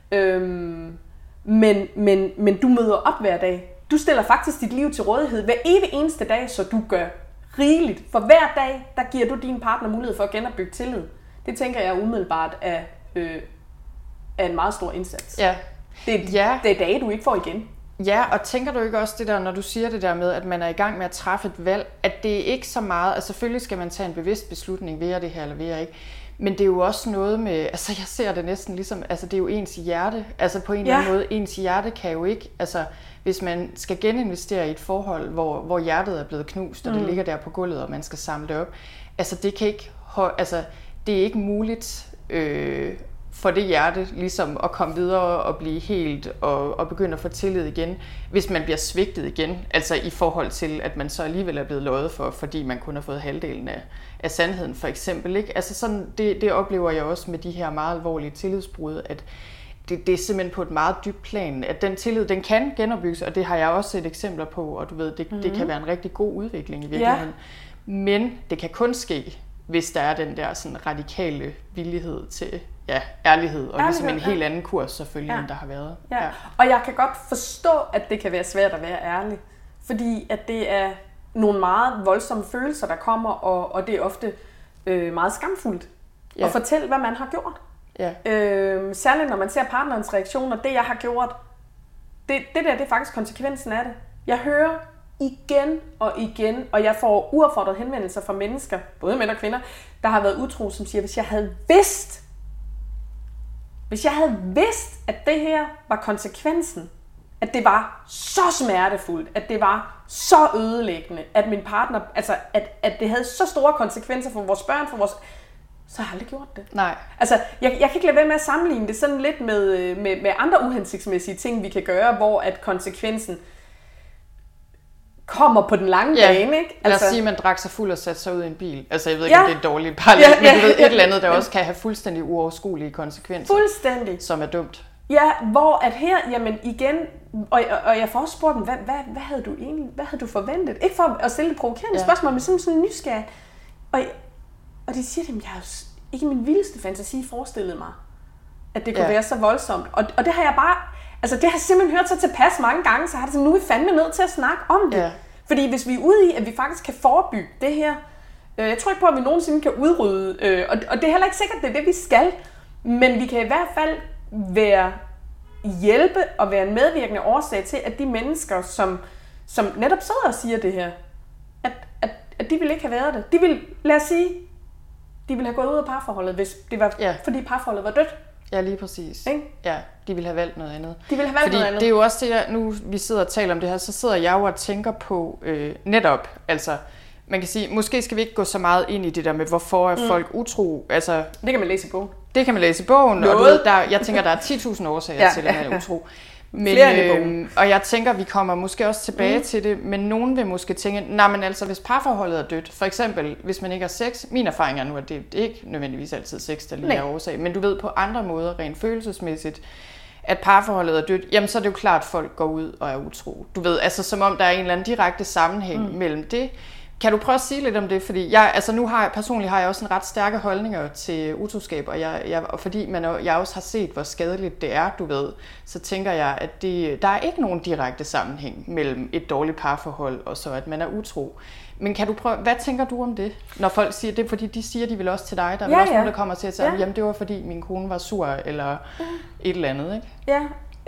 Men du møder op hver dag. Du stiller faktisk dit liv til rådighed hver evig eneste dag, så du gør rigeligt. For hver dag, der giver du din partner mulighed for at genopbygge tillid. Det tænker jeg umiddelbart er en meget stor indsats. Ja. Det er dage, du ikke får igen. Ja, og tænker du ikke også det der, når du siger det der med, at man er i gang med at træffe et valg, at det er ikke så meget, altså selvfølgelig skal man tage en bevidst beslutning, vil jeg det her eller vil jeg ikke, men det er jo også noget med, altså jeg ser det næsten ligesom, altså det er jo ens hjerte, altså på en eller anden måde, ens hjerte kan jo ikke, altså hvis man skal geninvestere i et forhold, hvor hjertet er blevet knust, og det ligger der på gulvet, og man skal samle det op, altså det kan ikke, altså det er ikke muligt for det hjerte ligesom at komme videre og blive helt og begynde at få tillid igen, hvis man bliver svigtet igen, altså i forhold til, at man så alligevel er blevet løjet for, fordi man kun har fået halvdelen af sandheden for eksempel, ikke? Altså sådan, det oplever jeg også med de her meget alvorlige tillidsbrud, at det er simpelthen på et meget dybt plan, at den tillid, den kan genopbygges, og det har jeg også set eksempler på, og du ved, det kan være en rigtig god udvikling i virkeligheden, men det kan kun ske, hvis der er den der sådan radikale villighed til ærlighed, og ligesom en helt anden kurs selvfølgelig, end der har været. Ja. Og jeg kan godt forstå, at det kan være svært at være ærlig, fordi at det er nogle meget voldsomme følelser, der kommer, og det er ofte meget skamfuldt at fortælle, hvad man har gjort. Ja. Særligt når man ser partnerens reaktioner, det jeg har gjort, det er faktisk konsekvensen af det. Jeg hører igen og igen, og jeg får uopfordrede henvendelser fra mennesker, både mænd og kvinder, der har været utro, som siger, hvis jeg havde vidst, at det her var konsekvensen, at det var så smertefuldt, at det var så ødelæggende, at min partner, altså at det havde så store konsekvenser for vores børn, så har jeg aldrig gjort det. Nej. Altså, jeg kan ikke lade være med at sammenligne det sådan lidt med andre uhensigtsmæssige ting, vi kan gøre, hvor at konsekvensen kommer på den lange bane, ikke? Lad os sige, at man drak sig fuld og satte sig ud i en bil. Altså, jeg ved ikke, om det er et dårligt parallel, men du ved, et eller andet, der også kan have fuldstændig uoverskuelige konsekvenser. Fuldstændig. Som er dumt. Ja, hvor at her, jamen igen, og jeg får også spurgt dem, hvad havde du egentlig, hvad havde du forventet? Ikke for at stille et provokerende spørgsmål, men sådan nysgerrig. Og de siger, at jeg har ikke i min vildeste fantasi forestillet mig, at det kunne være så voldsomt. Og det har jeg bare, altså det har jeg simpelthen hørt så tilpas mange gange, så har det sådan, nu er vi fandme nødt til at snakke om det. Ja. Fordi hvis vi er ude i, at vi faktisk kan forebygge det her, jeg tror ikke på, at vi nogensinde kan udrydde, og det er heller ikke sikkert, at det er det, vi skal, men vi kan i hvert fald hjælpe og være en medvirkende årsag til, at de mennesker, som netop sidder og siger det her, at de ville ikke have været det. De ville, lad os sige, de ville have gået ud af parforholdet, hvis det var, fordi parforholdet var dødt. Ja, lige præcis. Ikke? Ja, de ville have valgt noget andet. De ville have valgt noget andet. Det er jo også det, nu vi sidder og taler om det her, så sidder jeg jo og tænker på netop, altså, man kan sige, måske skal vi ikke gå så meget ind i det der med, hvorfor er folk utro. Altså, det kan man læse i bogen. Det kan man læse i bogen, og du ved, jeg tænker, der er 10.000 årsager til, at man er utro. Men, og jeg tænker, vi kommer måske også tilbage til det, men nogen vil måske tænke, nej, men altså, hvis parforholdet er dødt, for eksempel, hvis man ikke har sex, min erfaring er nu, at det er ikke nødvendigvis altid sex, der lige er årsag, men du ved på andre måder, rent følelsesmæssigt, at parforholdet er dødt, jamen så er det jo klart, at folk går ud og er utro. Du ved, altså som om der er en eller anden direkte sammenhæng mellem det. Kan du prøve at sige lidt om det? Fordi personligt har jeg også en ret stærke holdninger til utroskab, og fordi jeg også har set, hvor skadeligt det er, du ved, så tænker jeg, at der er ikke nogen direkte sammenhæng mellem et dårligt parforhold og så, at man er utro. Men kan du prøve, hvad tænker du om det, når folk siger det? Fordi de siger de vil også til dig, der er vel også nogen, der kommer til at sige, jamen det var fordi min kone var sur, eller et eller andet, ikke? Ja,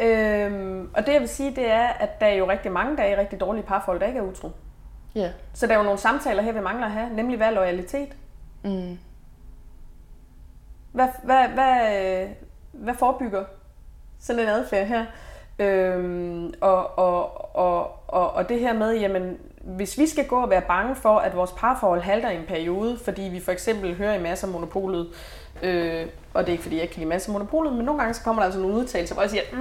og det jeg vil sige, det er, at der er jo rigtig mange, der er i rigtig dårlige parforhold, der ikke er utro. Yeah. Så der er jo nogle samtaler her, vi mangler at have, nemlig hvad er loyalitet? Hvad forebygger sådan en adfærd her? Og det her med, jamen, hvis vi skal gå og være bange for, at vores parforhold halter i en periode, fordi vi for eksempel hører i Mads og Monopolet, og det er ikke fordi jeg ikke kan lide Mads og Monopolet, men nogle gange så kommer der altså nogle udtalelser, hvor jeg siger,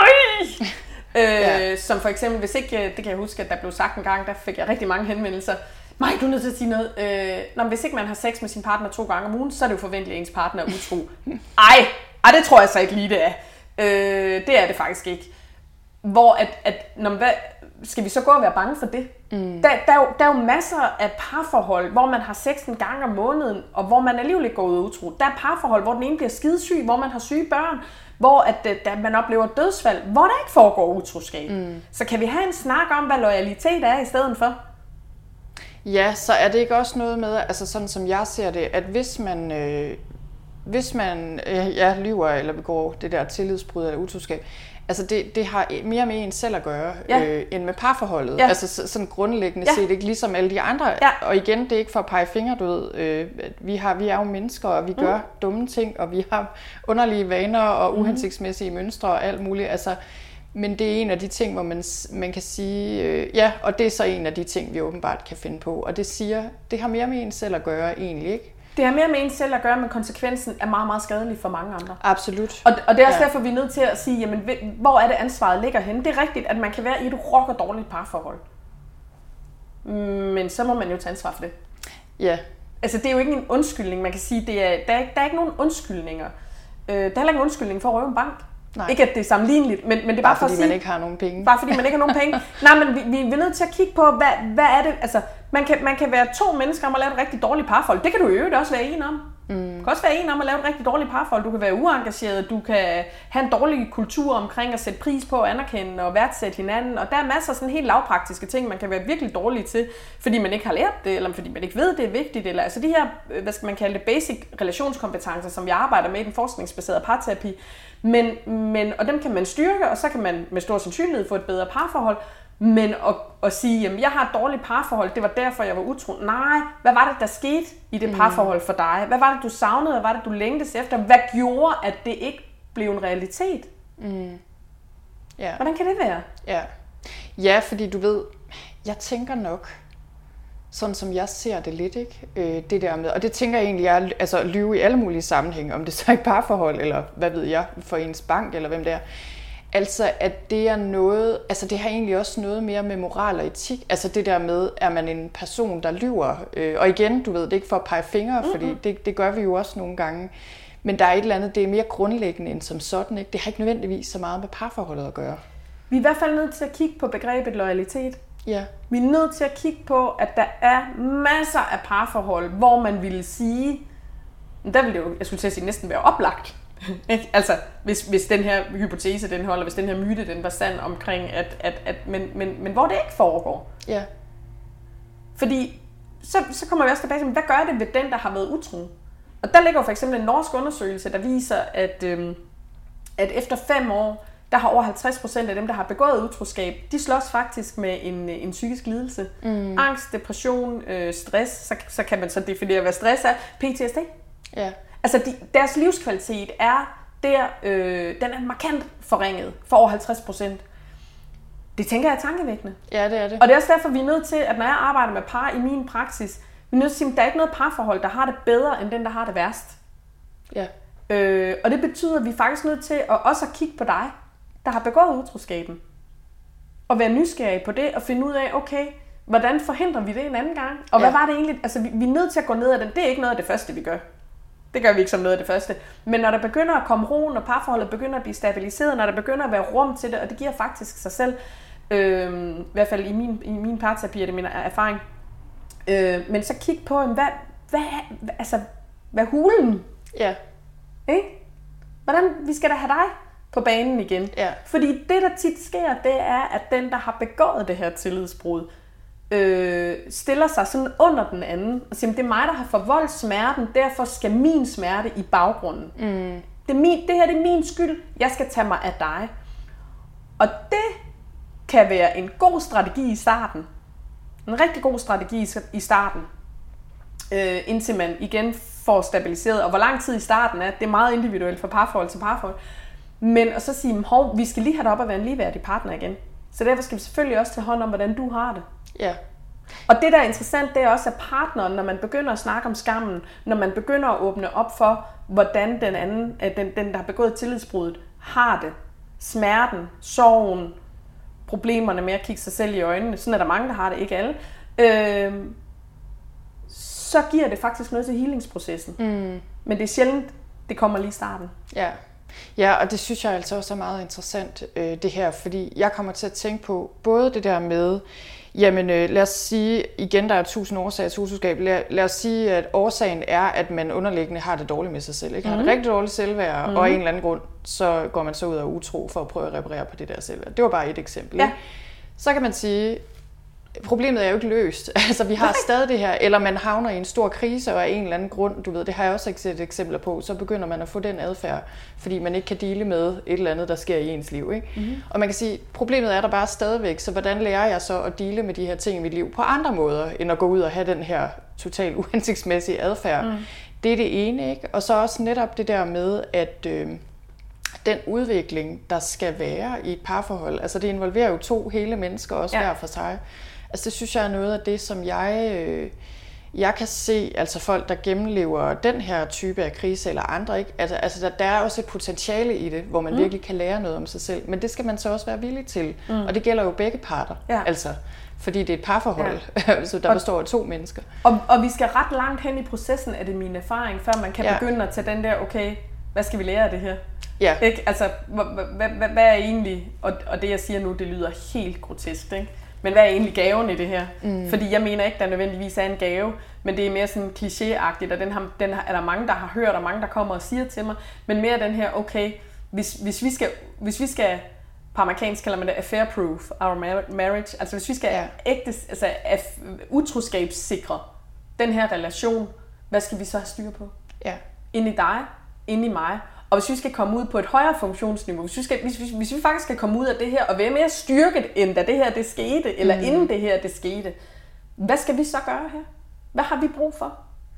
nej! Som for eksempel, hvis ikke, det kan jeg huske, at der blev sagt en gang, der fik jeg rigtig mange henvendelser. Maj, du er nødt til at sige noget. Hvis ikke man har sex med sin partner 2 gange om ugen, så er det jo forventeligt, at ens partner er utro. Ej, det tror jeg så ikke lige, det er. Det er det faktisk ikke. Hvor skal vi så gå og være bange for det? Der er jo masser af parforhold, hvor man har sex en gang om måneden, og hvor man alligevel ikke går ud utro. Der er parforhold, hvor den ene bliver skidesyg, hvor man har syge børn, hvor man oplever dødsfald, hvor der ikke foregår utroskab. Så kan vi have en snak om, hvad loyalitet er i stedet for? Ja, så er det ikke også noget med, altså sådan som jeg ser det, at hvis man lyver eller begår det der tillidsbrud eller utroskab, altså det har mere med en selv at gøre, end med parforholdet. Ja. Altså sådan grundlæggende set, ikke ligesom alle de andre. Ja. Og igen, det er ikke for at pege fingre, du ved. Vi er jo mennesker, og vi gør dumme ting, og vi har underlige vaner og uhensigtsmæssige mønstre og alt muligt. Altså, men det er en af de ting, hvor man kan sige, og det er så en af de ting, vi åbenbart kan finde på. Og det har mere med en selv at gøre egentlig, ikke? Det har mere med en selv at gøre, men konsekvensen er meget, meget skadelig for mange andre. Absolut. Og det er også derfor, vi er nødt til at sige, jamen, hvor er det ansvaret ligger henne? Det er rigtigt, at man kan være i et rock- og dårligt parforhold. Men så må man jo tage ansvar for det. Ja. Altså, det er jo ikke en undskyldning, man kan sige. Der er ikke nogen undskyldninger. Der er heller ikke en undskyldning for at røve en bank. Nej. Ikke at det er sammenligneligt, men det er bare for at sige... man ikke har nogen penge. Bare fordi man ikke har nogen penge. Nej, men vi er nødt til at kigge på, hvad er det... Altså, man kan være 2 mennesker om at lave et rigtig dårligt parforhold. Det kan du i øvrigt også være en om. Du kan også være en om at lave et rigtig dårligt parforhold. Du kan være uengageret, du kan have en dårlig kultur omkring at sætte pris på, anerkende og værdsætte hinanden. Og der er masser af sådan helt lavpraktiske ting, man kan være virkelig dårlig til, fordi man ikke har lært det, eller fordi man ikke ved, det er vigtigt. Eller, altså de her, hvad skal man kalde det, basic relationskompetencer, som vi arbejder med i den forskningsbaserede parterapi. Og dem kan man styrke, og så kan man med stor sandsynlighed få et bedre parforhold. Men at sige, jamen jeg har et dårligt parforhold, det var derfor, jeg var utro. Nej, hvad var det, der skete i det parforhold for dig? Hvad var det, du savnede? Hvad var det, du længtes efter? Hvad gjorde, at det ikke blev en realitet? Ja. Hvordan kan det være? Ja, fordi du ved, jeg tænker nok, sådan som jeg ser det lidt, ikke? Det der med, og det tænker jeg egentlig er at lyve i alle mulige sammenhænge, om det så er et parforhold, eller hvad ved jeg, for ens bank, eller hvem det er. Altså, at det er noget, altså det har egentlig også noget mere med moral og etik. Altså det der med, er man en person, der lyver? Og igen, du ved, det er ikke for at pege fingre, fordi det gør vi jo også nogle gange. Men der er et eller andet, det er mere grundlæggende end som sådan, ikke? Det har ikke nødvendigvis så meget med parforholdet at gøre. Vi er i hvert fald nødt til at kigge på begrebet loyalitet. Ja. Vi er nødt til at kigge på, at der er masser af parforhold, hvor man ville sige, der ville det jo, jeg skulle til at sige, næsten være oplagt. Altså, hvis den her hypotese, den holder, hvis den her myte, den var sand omkring, men hvor det ikke foregår. Ja. Fordi, så kommer vi også tilbage til, hvad gør det ved den, der har været utro? Og der ligger jo for eksempel en norsk undersøgelse, der viser, at efter 5 år, der har over 50% af dem, der har begået utroskab, de slås faktisk med en psykisk lidelse. Angst, depression, stress, så kan man så definere, hvad stress er. PTSD. Ja. Altså, deres livskvalitet er den er markant forringet for over 50%. Det tænker jeg er tankevækkende. Ja, det er det. Og det er også derfor, vi er nødt til, at når jeg arbejder med par i min praksis, vi er nødt til at sige, at der er ikke noget parforhold, der har det bedre, end den, der har det værst. Ja. Og det betyder, at vi er faktisk nødt til at også at kigge på dig, der har begået utroskaben. Og være nysgerrig på det, og finde ud af, okay, hvordan forhindrer vi det en anden gang? Og hvad var det egentlig? Altså, vi er nødt til at gå ned ad den. Det er ikke noget af det første, vi gør. Det gør vi ikke som noget af det første. Men når der begynder at komme ro, når parforholdet begynder at blive stabiliseret, når der begynder at være rum til det, og det giver faktisk sig selv, i hvert fald i min parterapi, er det min erfaring, men så kig på, hvad hulen? Ja. Ikke? Hvordan vi skal da have dig på banen igen. Ja. Fordi det, der tit sker, det er, at den, der har begået det her tillidsbrud, stiller sig sådan under den anden og siger, det er mig, der har forvoldt smerten, derfor skal min smerte i baggrunden. Det her det er min skyld, jeg skal tage mig af dig. Og det kan være en god strategi i starten. En rigtig god strategi i starten. Indtil man igen får stabiliseret. Og hvor lang tid i starten er, det er meget individuelt fra parforhold til parforhold. Men at så sige, vi skal lige have dig op og være en ligeværdig partner igen. Så derfor skal vi selvfølgelig også tage hånd om, hvordan du har det. Ja. Og det, der er interessant, det er også, at partneren, når man begynder at snakke om skammen, når man begynder at åbne op for, hvordan den anden, den der har begået tillidsbruddet, har det, smerten, sorgen, problemerne med at kigge sig selv i øjnene, sådan er der mange, der har det, ikke alle, så giver det faktisk noget til healingsprocessen. Men det er sjældent, det kommer lige i starten. Ja, og det synes jeg altså også er meget interessant, det her, fordi jeg kommer til at tænke på både det der med, jamen lad os sige, igen der er 1000 årsager til utroskab, lad os sige, at årsagen er, at man underliggende har det dårligt med sig selv, ikke? Har det rigtig dårligt selvværd, og af en eller anden grund, så går man så ud og utro for at prøve at reparere på det der selvværd. Det var bare et eksempel. Ikke? Så kan man sige, problemet er jo ikke løst. Altså, vi har stadig det her, eller man havner i en stor krise, og af en eller anden grund, du ved, det har jeg også set eksempler på, så begynder man at få den adfærd, fordi man ikke kan dele med et eller andet, der sker i ens liv. Ikke? Og man kan sige, problemet er der bare stadigvæk, så hvordan lærer jeg så at dele med de her ting i mit liv på andre måder, end at gå ud og have den her totalt uhensigtsmæssige adfærd? Det er det ene, ikke? Og så også netop det der med, at den udvikling, der skal være i et parforhold, altså det involverer jo 2 hele mennesker, også hver for sig. Altså det synes jeg er noget af det, som jeg kan se, altså folk, der gennemlever den her type af krise eller andre, ikke? Altså der er også et potentiale i det, hvor man virkelig kan lære noget om sig selv, men det skal man så også være villig til, og det gælder jo begge parter, altså, fordi det er et parforhold, så der består af 2 mennesker. Og vi skal ret langt hen i processen, er det min erfaring, før man kan begynde at tage den der, okay, hvad skal vi lære af det her? Ja. Ikke? Altså, hvad er egentlig, og det jeg siger nu, det lyder helt grotesk, ikke? Men hvad er egentlig gaven i det her? Fordi jeg mener ikke, der nødvendigvis er en gave, men det er mere sådan klichéagtigt, og den er der mange, der har hørt, og mange, der kommer og siger til mig. Men mere den her, okay, hvis vi skal på amerikansk kalder man det affair-proof our marriage, altså hvis vi skal utroskabssikre den her relation, hvad skal vi så have styr på? Inde i dig, inde i mig. Og hvis vi skal komme ud på et højere funktionsniveau, hvis vi faktisk skal komme ud af det her og være mere styrket, end da det her det skete, eller inden det her det skete, hvad skal vi så gøre her? Hvad har vi brug for?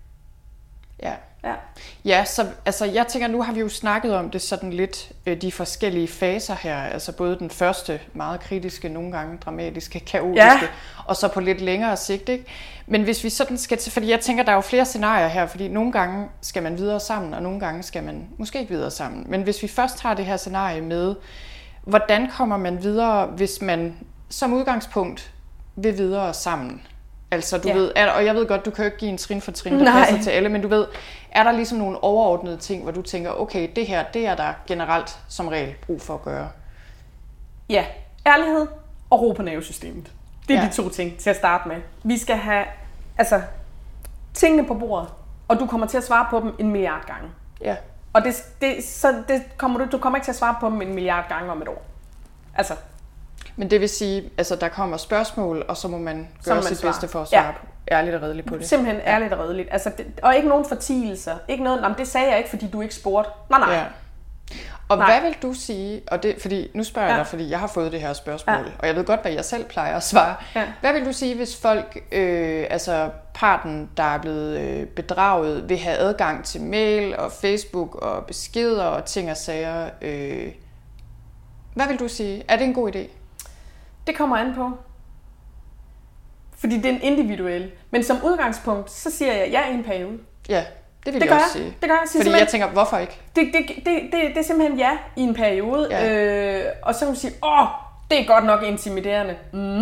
Ja, så altså, jeg tænker, nu har vi jo snakket om det sådan lidt, de forskellige faser her, altså både den første, meget kritiske, nogle gange dramatiske, kaotiske, og så på lidt længere sigt, ikke? Men hvis vi sådan skal til, fordi jeg tænker, der er jo flere scenarier her, fordi nogle gange skal man videre sammen, og nogle gange skal man måske ikke videre sammen. Men hvis vi først har det her scenarie med, hvordan kommer man videre, hvis man som udgangspunkt vil videre sammen? Altså, du ved, og jeg ved godt, du kan jo ikke give en trin for trin, der passer til alle, men du ved, er der ligesom nogle overordnede ting, hvor du tænker, okay, det her, det er der generelt som regel brug for at gøre? Ja, ærlighed og ro på nervesystemet. Det er de 2 ting til at starte med. Vi skal have, tingene på bordet, og du kommer til at svare på dem 1 milliard gange. Ja. Og du kommer ikke til at svare på dem 1 milliard gange om et år. Altså. Men det vil sige, altså der kommer spørgsmål, og så må man gøre sit bedste for at svare ærligt og redeligt på det. Simpelthen ærligt og redeligt. Altså, og ikke nogen fortielser. Ikke noget, det sagde jeg ikke, fordi du ikke spurgte. Nej. Ja. Og hvad vil du sige, og det, fordi nu spørger jeg dig, fordi jeg har fået det her spørgsmål, og jeg ved godt, hvad jeg selv plejer at svare. Hvad vil du sige, hvis folk, altså parten, der er blevet bedraget, vil have adgang til mail og Facebook og beskeder og ting og sager? Hvad vil du sige? Er det en god idé? Det kommer an på. Fordi det er en individuel. Men som udgangspunkt, så siger jeg ja i en periode. Ja, det vil jeg også sige. Det gør jeg. Fordi jeg tænker, hvorfor ikke? Det er simpelthen ja i en periode. Ja. Og så kan man sige, det er godt nok intimiderende.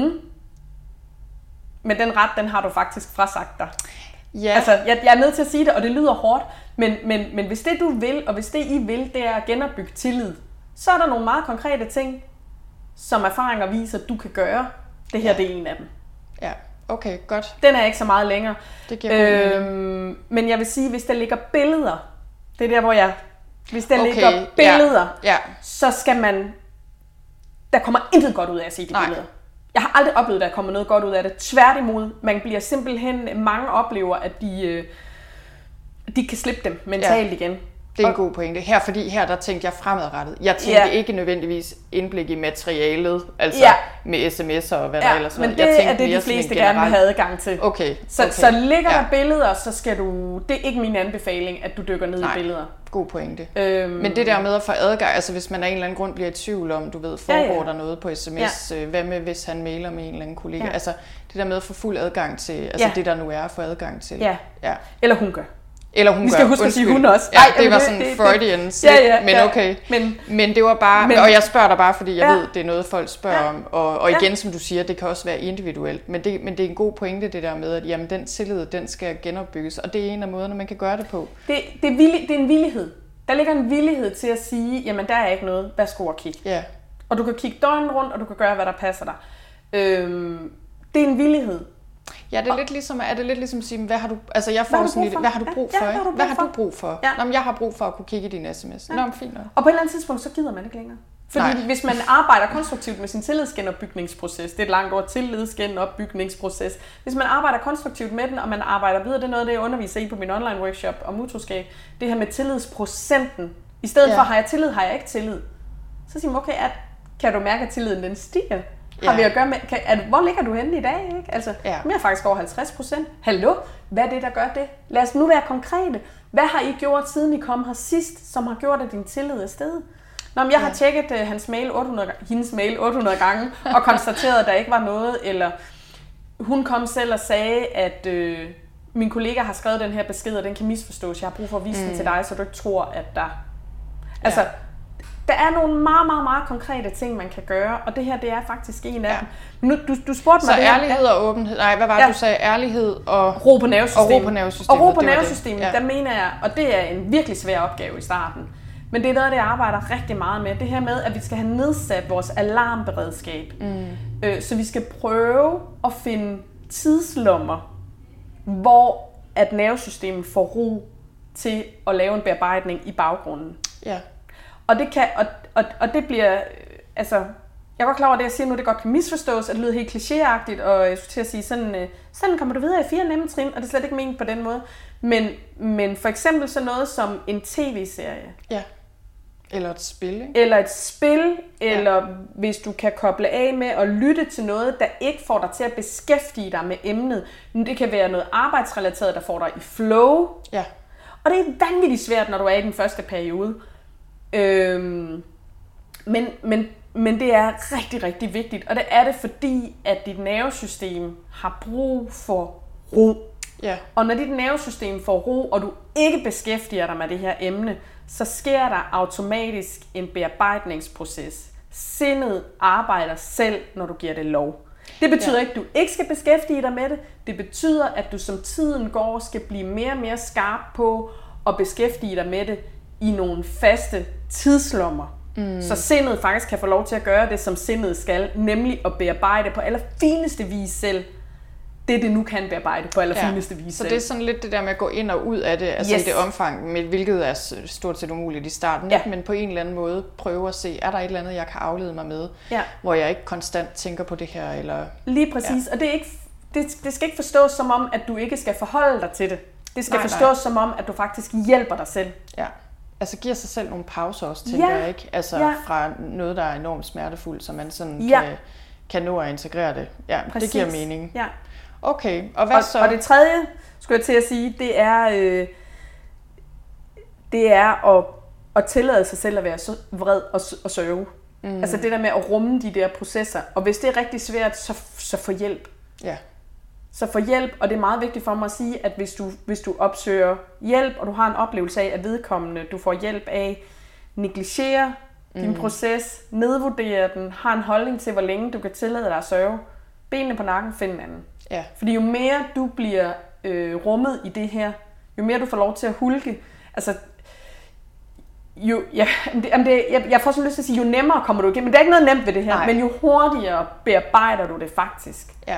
Men den ret, den har du faktisk frasagt dig. Ja. Altså, jeg er nødt til at sige det, og det lyder hårdt. Men hvis det du vil, og hvis det I vil, det er at genopbygge tillid, så er der nogle meget konkrete ting, som erfaringer viser, at du kan gøre. Det her, det er en af dem. Ja, okay, godt. Den er ikke så meget længere. Det giver men jeg vil sige, hvis der ligger billeder, det er der, hvor jeg... Hvis der ligger billeder, så skal man... Der kommer intet godt ud af at se de billeder. Jeg har aldrig oplevet, at der kommer noget godt ud af det. Tværtimod, man bliver simpelthen... Mange oplever, at de kan slippe dem mentalt igen. Det er en god pointe. Fordi her der tænkte jeg fremadrettet. Jeg tænkte ikke nødvendigvis indblik i materialet, altså med sms'er og hvad der ellers var. Men det er det, de fleste gerne vil have adgang til. Okay. Så ligger der billeder, så skal du... Det er ikke min anbefaling, at du dykker ned i billeder. God pointe. Men det der med at få adgang, altså hvis man af en eller anden grund bliver i tvivl om, du ved, foregår der noget på sms, hvad med hvis han mailer med en eller anden kollega? Altså det der med at få fuld adgang til, altså det der nu er at få adgang til. Ja. Eller hun gør. Eller hun vi skal huske at sige hun også. Ja, det var sådan Freudian slip, men okay. Men det var bare, og jeg spørger dig bare, fordi jeg ved, det er noget, folk spørger om. Og igen, som du siger, det kan også være individuelt. Men det er en god pointe, det der med, at jamen, den tillid, den skal genopbygges. Og det er en af måderne, man kan gøre det på. Det er en villighed. Der ligger en villighed til at sige, jamen der er ikke noget, værsgo og kig. Ja. Og du kan kigge døgnet rundt, og du kan gøre, hvad der passer dig. Det er en villighed. Ja, det er lidt ligesom at sige, hvad har du, altså jeg får sådan lidt, hvad har du brug for? Hvad har du brug for? Ja. Nå, men jeg har brug for at kunne kigge i din sms. Ja. Nå, men fint nok. Og på et eller andet tidspunkt, så gider man ikke længere. Fordi hvis man arbejder konstruktivt med sin tillidsgenopbygningsproces, det er et langt ord, tillidsgenopbygningsproces. Hvis man arbejder konstruktivt med den, og man arbejder videre, det er noget, det jeg underviser i på min online workshop om utroskab, det her med tillidsprocenten. I stedet for, har jeg tillid, har jeg ikke tillid. Så siger man, okay, kan du mærke, at tilliden den stiger? Har vi at gøre med, hvor ligger du henne i dag? Ikke? Altså, jeg er faktisk over 50%. Hallo? Hvad er det, der gør det? Lad os nu være konkrete. Hvad har I gjort, siden I kom her sidst, som har gjort, at din tillid er steget? Nå, men jeg har tjekket hendes mail 800 gange, og konstateret, at der ikke var noget, eller hun kom selv og sagde, at min kollega har skrevet den her besked, og den kan misforstås. Jeg har brug for at vise den til dig, så du ikke tror, at der... Altså, der er nogle meget, meget, meget konkrete ting, man kan gøre, og det her, det er faktisk en af dem. Nu, du spurgte mig... Så ærlighed og åbenhed... Nej, hvad var det, du sagde? Ærlighed og... Ro på nervesystemet. Og ro på nervesystemet. Og ro på nervesystemet, der mener jeg, og det er en virkelig svær opgave i starten, men det er noget, det jeg arbejder rigtig meget med. Det her med, at vi skal have nedsat vores alarmberedskab. Så vi skal prøve at finde tidslommer, hvor at nervesystemet får ro til at lave en bearbejdning i baggrunden. Ja. Og det kan, og det bliver, altså, jeg er godt klar over det, jeg siger nu, det godt kan misforstås, at det lyder helt klichéagtigt, og jeg skulle til at sige, sådan kommer du videre i 4 nemme trin, og det er slet ikke ment på den måde. Men for eksempel sådan noget som en tv-serie. Ja. Eller et spil, ikke? Eller et spil, eller hvis du kan koble af med at lytte til noget, der ikke får dig til at beskæftige dig med emnet. Det kan være noget arbejdsrelateret, der får dig i flow. Ja. Og det er vanvittigt svært, når du er i den første periode. Men det er rigtig, rigtig vigtigt, og det er det, fordi at dit nervesystem har brug for ro. Ja. Og når dit nervesystem får ro, og du ikke beskæftiger dig med det her emne, så sker der automatisk en bearbejdningsproces. Sindet arbejder selv, når du giver det lov. Det betyder ikke, at du ikke skal beskæftige dig med det. Det betyder, at du som tiden går, skal blive mere og mere skarp på at beskæftige dig med det i nogle faste tidslommer. Så sindet faktisk kan få lov til at gøre det, som sindet skal, nemlig at bearbejde på allerfineste vis selv. Det nu kan bearbejde på allerfineste vis selv. Så det er sådan lidt det der med at gå ind og ud af det, altså i det omfang, med hvilket er stort set umuligt i starten, men på en eller anden måde prøve at se, er der et eller andet, jeg kan aflede mig med, hvor jeg ikke konstant tænker på det her, eller... Lige præcis, og det er ikke, det skal ikke forstås som om, at du ikke skal forholde dig til det. Det skal forstås som om, at du faktisk hjælper dig selv. Ja. Altså giver sig selv nogle pauser også, tænker jeg, ikke? Altså fra noget, der er enormt smertefuldt, så man sådan kan nå at integrere det. Ja, præcis. Det giver mening. Ja. Okay, og hvad så? Og det tredje, skulle jeg til at sige, det er at tillade sig selv at være så vred og sørge. Altså det der med at rumme de der processer. Og hvis det er rigtig svært, så få hjælp. Ja. Så få hjælp, og det er meget vigtigt for mig at sige, at hvis du opsøger hjælp, og du har en oplevelse af, at vedkommende, du får hjælp af, negligere din proces, nedvurdere den, har en holdning til, hvor længe du kan tillade dig at sørge, benene på nakken, find en anden. Ja. Fordi jo mere du bliver rummet i det her, jo mere du får lov til at hulke, altså jeg får sådan lyst til at sige, jo nemmere kommer du igennem, men det er ikke noget nemt ved det her, men jo hurtigere bearbejder du det faktisk. Ja.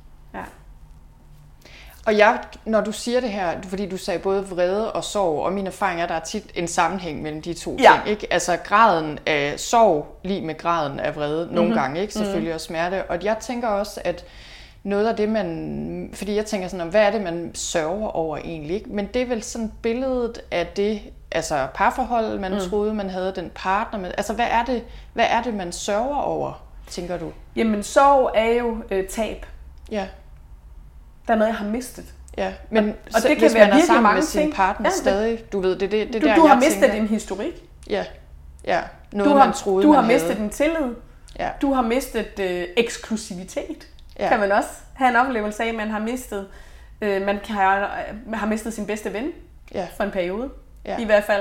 Og når du siger det her, fordi du sagde både vrede og sorg, og min erfaring er, at der er tit en sammenhæng mellem de to ting, ikke? Altså graden af sorg lige med graden af vrede nogle gange, ikke? Selvfølgelig og smerte. Og jeg tænker også, at noget af det, man... Fordi jeg tænker sådan, hvad er det, man sørger over egentlig, ikke? Men det er vel sådan billedet af det, altså parforhold, man troede, man havde den partner med. Altså, hvad er det, man sørger over, tænker du? Jamen, sorg er jo tab. Ja. Der er noget, jeg har mistet. Ja, men og det kan hvis være man er sammen mange med sin partner stadig, du ved, det der, du har jeg mistet tænker, din historik. Ja, noget man troede, du har man mistet havde. din tillid. Ja. Du har mistet eksklusivitet, kan man også have en oplevelse af, man har mistet. Man har mistet sin bedste ven for en periode, i hvert fald.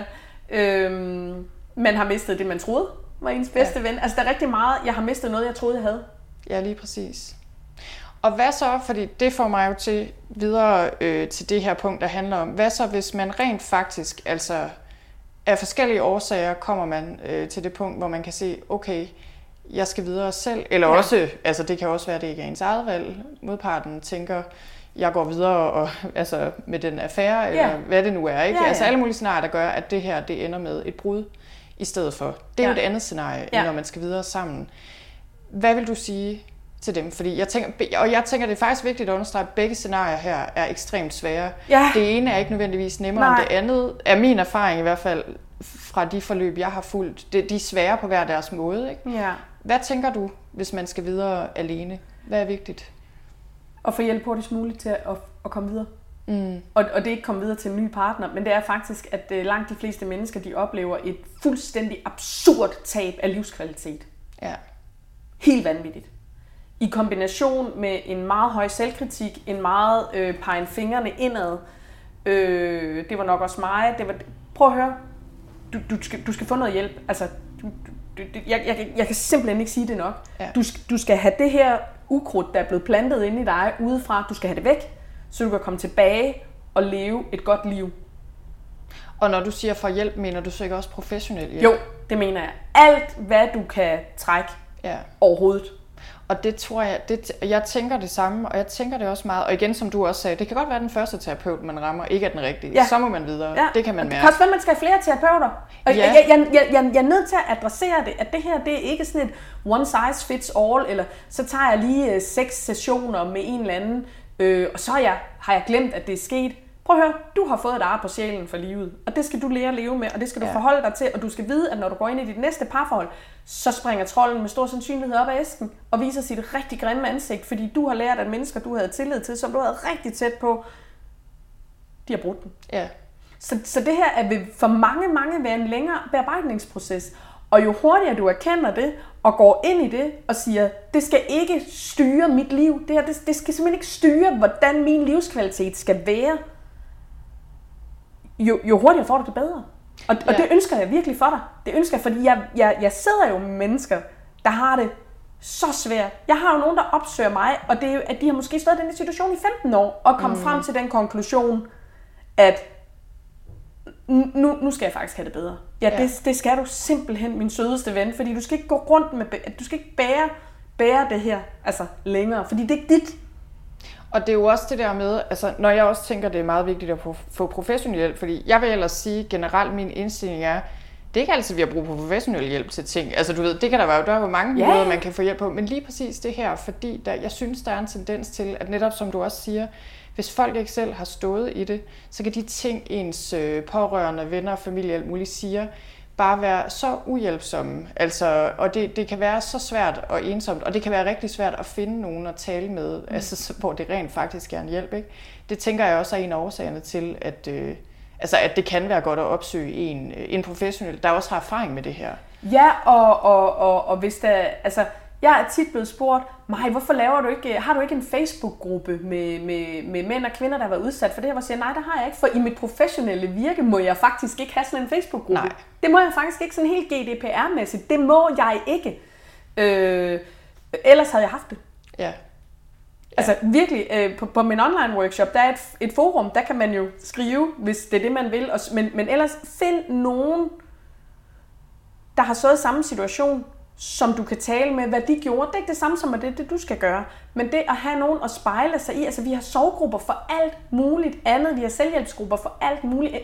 Man har mistet det, man troede var ens bedste ven. Altså, der er rigtig meget, jeg har mistet noget, jeg troede, jeg havde. Ja, lige præcis. Og hvad så, fordi det får mig jo til videre til det her punkt, der handler om, hvad så, hvis man rent faktisk, altså af forskellige årsager, kommer man til det punkt, hvor man kan se, okay, jeg skal videre selv, eller også, altså det kan også være, det ikke er ens eget valg, modparten tænker, jeg går videre og, altså, med den affære, eller hvad det nu er, ikke? Altså alle mulige scenarier, der gør, at det her, det ender med et brud i stedet for. Det er jo et andet scenarie, når man skal videre sammen. Hvad vil du sige til dem? Fordi jeg tænker, det er faktisk vigtigt at understrege, at begge scenarier her er ekstremt svære. Ja. Det ene er ikke nødvendigvis nemmere end det andet. Er min erfaring i hvert fald fra de forløb, jeg har fulgt. De er svære på hver deres måde. Ikke? Ja. Hvad tænker du, hvis man skal videre alene? Hvad er vigtigt? At få hjælp hurtigst muligt til at komme videre. Og det er ikke komme videre til en ny partner, men det er faktisk, at langt de fleste mennesker, de oplever et fuldstændig absurd tab af livskvalitet. Ja. Helt vanvittigt. I kombination med en meget høj selvkritik, en meget pegen fingrene indad. Det var nok også mig. Prøv at høre. Du skal få noget hjælp. Altså, jeg kan simpelthen ikke sige det nok. Ja. Du skal have det her ukrudt, der er blevet plantet inde i dig udefra. Du skal have det væk, så du kan komme tilbage og leve et godt liv. Og når du siger for hjælp, mener du så ikke også professionel hjælp? Jo, det mener jeg. Alt, hvad du kan trække overhovedet. Og det tror jeg tænker det samme, og jeg tænker det også meget. Og igen, som du også sagde, det kan godt være, den første terapeut, man rammer, ikke er den rigtige. Ja. Så må man videre. Ja. Det kan man mærke. Det kan også være, man skal have flere terapeuter. Og jeg er nødt til at adressere det, at det her, det er ikke sådan et one size fits all, eller så tager jeg lige 6 sessioner med en eller anden, og så har jeg glemt, at det er sket. Prøv at høre, du har fået et ar på sjælen for livet, og det skal du lære at leve med, og det skal du forholde dig til, og du skal vide, at når du går ind i dit næste parforhold, så springer trolden med stor sandsynlighed op af æsken og viser sit rigtig grimme ansigt, fordi du har lært, at mennesker, du havde tillid til, som du havde rigtig tæt på, de har brudt den. Ja. Så det her vil for mange være en længere bearbejdningsproces, og jo hurtigere du erkender det, og går ind i det og siger, det skal ikke styre mit liv, det skal simpelthen ikke styre, hvordan min livskvalitet skal være, jo hurtigere får du det bedre. Og det ønsker jeg virkelig for dig. Det ønsker jeg, fordi jeg sidder jo med mennesker, der har det så svært. Jeg har jo nogen, der opsøger mig, og det er jo, at de har måske stået i den situation i 15 år, og kommet frem til den konklusion, at nu skal jeg faktisk have det bedre. Det skal du simpelthen, min sødeste ven, fordi du skal ikke gå rundt med, du skal ikke bære det her længere, fordi det er ikke dit. Og det er jo også det der med, altså når jeg også tænker, det er meget vigtigt at få professionel hjælp, fordi jeg vil ellers sige generelt, min indstilling er, det er ikke altid, vi har brug for professionel hjælp til ting. Altså du ved, det kan der være jo mange måder, man kan få hjælp på, men lige præcis det her, fordi jeg synes, der er en tendens til, at netop som du også siger, hvis folk ikke selv har stået i det, så kan de ting, ens pårørende, venner og familie, alt muligt siger, bare være så uhjælpsomme. Altså, og det kan være så svært og ensomt, og det kan være rigtig svært at finde nogen at tale med, altså, hvor det rent faktisk er en hjælp. Ikke? Det tænker jeg også er en af årsagerne til, at det kan være godt at opsøge en professionel, der også har erfaring med det her. Ja, og hvis der... Altså, jeg er tit blevet spurgt, Maj, hvorfor har du ikke en Facebook-gruppe med mænd og kvinder, der har været udsat for det her? Hvor jeg siger, nej, det har jeg ikke, for i mit professionelle virke må jeg faktisk ikke have sådan en Facebook-gruppe. Nej. Det må jeg faktisk ikke sådan helt GDPR-mæssigt. Det må jeg ikke. Ellers havde jeg haft det. Ja. Altså virkelig, på min online workshop, der er et forum, der kan man jo skrive, hvis det er det, man vil. Men ellers find nogen, der har stået i samme situation, som du kan tale med, hvad de gjorde. Det er ikke det samme som at det du skal gøre. Men det at have nogen at spejle sig i, altså vi har sovegrupper for alt muligt andet, vi har selvhjælpsgrupper for alt muligt.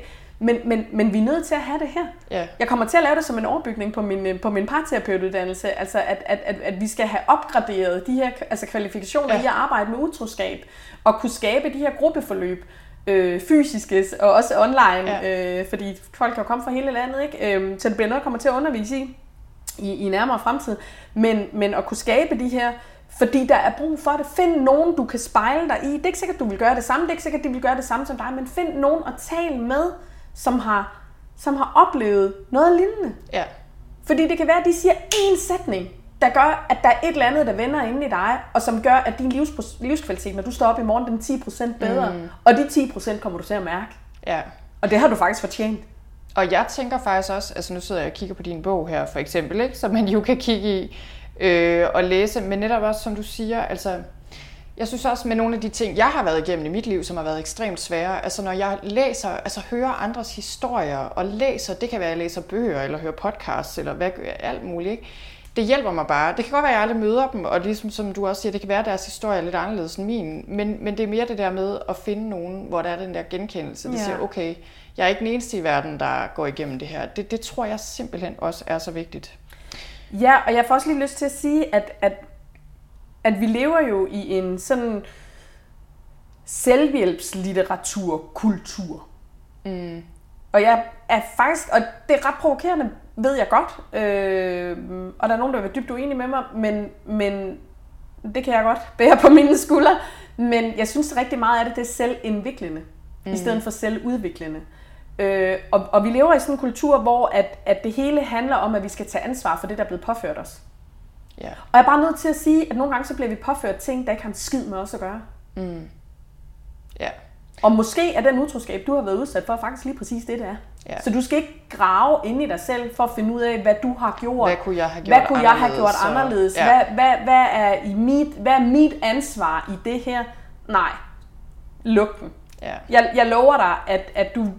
Men vi er nødt til at have det her. Ja. Jeg kommer til at lave det som en overbygning på min parterapeutuddannelse, altså at vi skal have opgraderet de her kvalifikationer i at arbejde med utroskab, og kunne skabe de her gruppeforløb, fysiske og også online, fordi folk kan jo komme fra hele landet, ikke? Så det bliver noget, jeg kommer til at undervise i nærmere fremtid, men at kunne skabe de her, fordi der er brug for det. Find nogen, du kan spejle dig i. Det er ikke sikkert, du vil gøre det samme, det er ikke sikkert, de vil gøre det samme som dig, men find nogen at tale med, som har oplevet noget lignende. Ja. Fordi det kan være, at de siger én sætning, der gør, at der er et eller andet, der vender inde i dig, og som gør, at din livskvalitet, når du står op i morgen, den er 10% bedre. Og de 10% kommer du til at mærke. Ja. Og det har du faktisk fortjent. Og jeg tænker faktisk også, altså nu sidder jeg og kigger på din bog her, for eksempel, ikke? Som man jo kan kigge i og læse, men netop også, som du siger, altså, jeg synes også med nogle af de ting, jeg har været igennem i mit liv, som har været ekstremt svære, altså når jeg læser, altså hører andres historier, og læser, det kan være, at jeg læser bøger, eller hører podcasts, eller alt muligt, ikke? Det hjælper mig bare. Det kan godt være, at jeg aldrig møder dem, og ligesom som du også siger, det kan være, at deres historie er lidt anderledes end min, men det er mere det der med at finde nogen, hvor der er den der genkendelse, der siger, okay, jeg er ikke den eneste i verden, der går igennem det her. Det tror jeg simpelthen også er så vigtigt. Ja, og jeg får også lige lyst til at sige, at vi lever jo i en sådan selvhjælpslitteraturkultur. Og jeg er faktisk, og det er ret provokerende, ved jeg godt, og der er nogen, der vil være dybt uenige med mig, men det kan jeg godt bære på mine skuldre. Men jeg synes rigtig meget af det er selvindviklende, i stedet for selvudviklende. Og vi lever i sådan en kultur, hvor at det hele handler om, at vi skal tage ansvar for det, der er blevet påført os. Ja. Og jeg er bare nødt til at sige, at nogle gange så bliver vi påført ting, der ikke har en skid med os at gøre. Ja. Og måske er den utroskab, du har været udsat for, faktisk lige præcis det er. Ja. Så du skal ikke grave ind i dig selv for at finde ud af, hvad du har gjort. Hvad kunne jeg have gjort anderledes? Ja. Hvad er mit ansvar i det her? Nej. Luk den. Ja. Jeg lover dig, at du...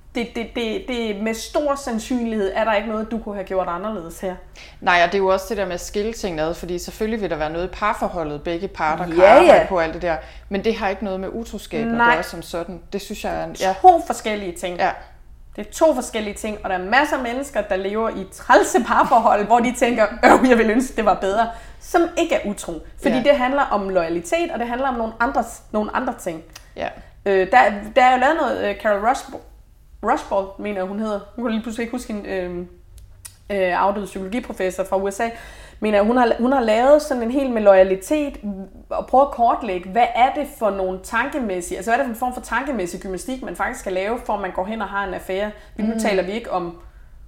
Det med stor sandsynlighed er der ikke noget, du kunne have gjort anderledes her. Nej, og det er jo også det der med at skille tingene ad, fordi selvfølgelig vil der være noget i parforholdet, begge parter kan arbejde på alt det der, men det har ikke noget med utroskab at gøre som sådan. Det synes jeg er... To forskellige ting. Ja. Det er to forskellige ting, og der er masser af mennesker, der lever i trælse parforhold, hvor de tænker, jeg ville ønske, det var bedre, som ikke er utro. Fordi det handler om loyalitet, og det handler om nogle andre ting. Ja. Der er jo lavet noget, Carol Rushball, mener hun hedder. Hun kan lige pludselig ikke huske en afdød psykologiprofessor fra USA. Mener hun har lavet sådan en hel med loyalitet og prøve at kortlægge, hvad er det for nogle tankemæssige, altså hvad er det for en form for tankemæssig gymnastik, man faktisk skal lave, for man går hen og har en affære. Nu taler vi ikke om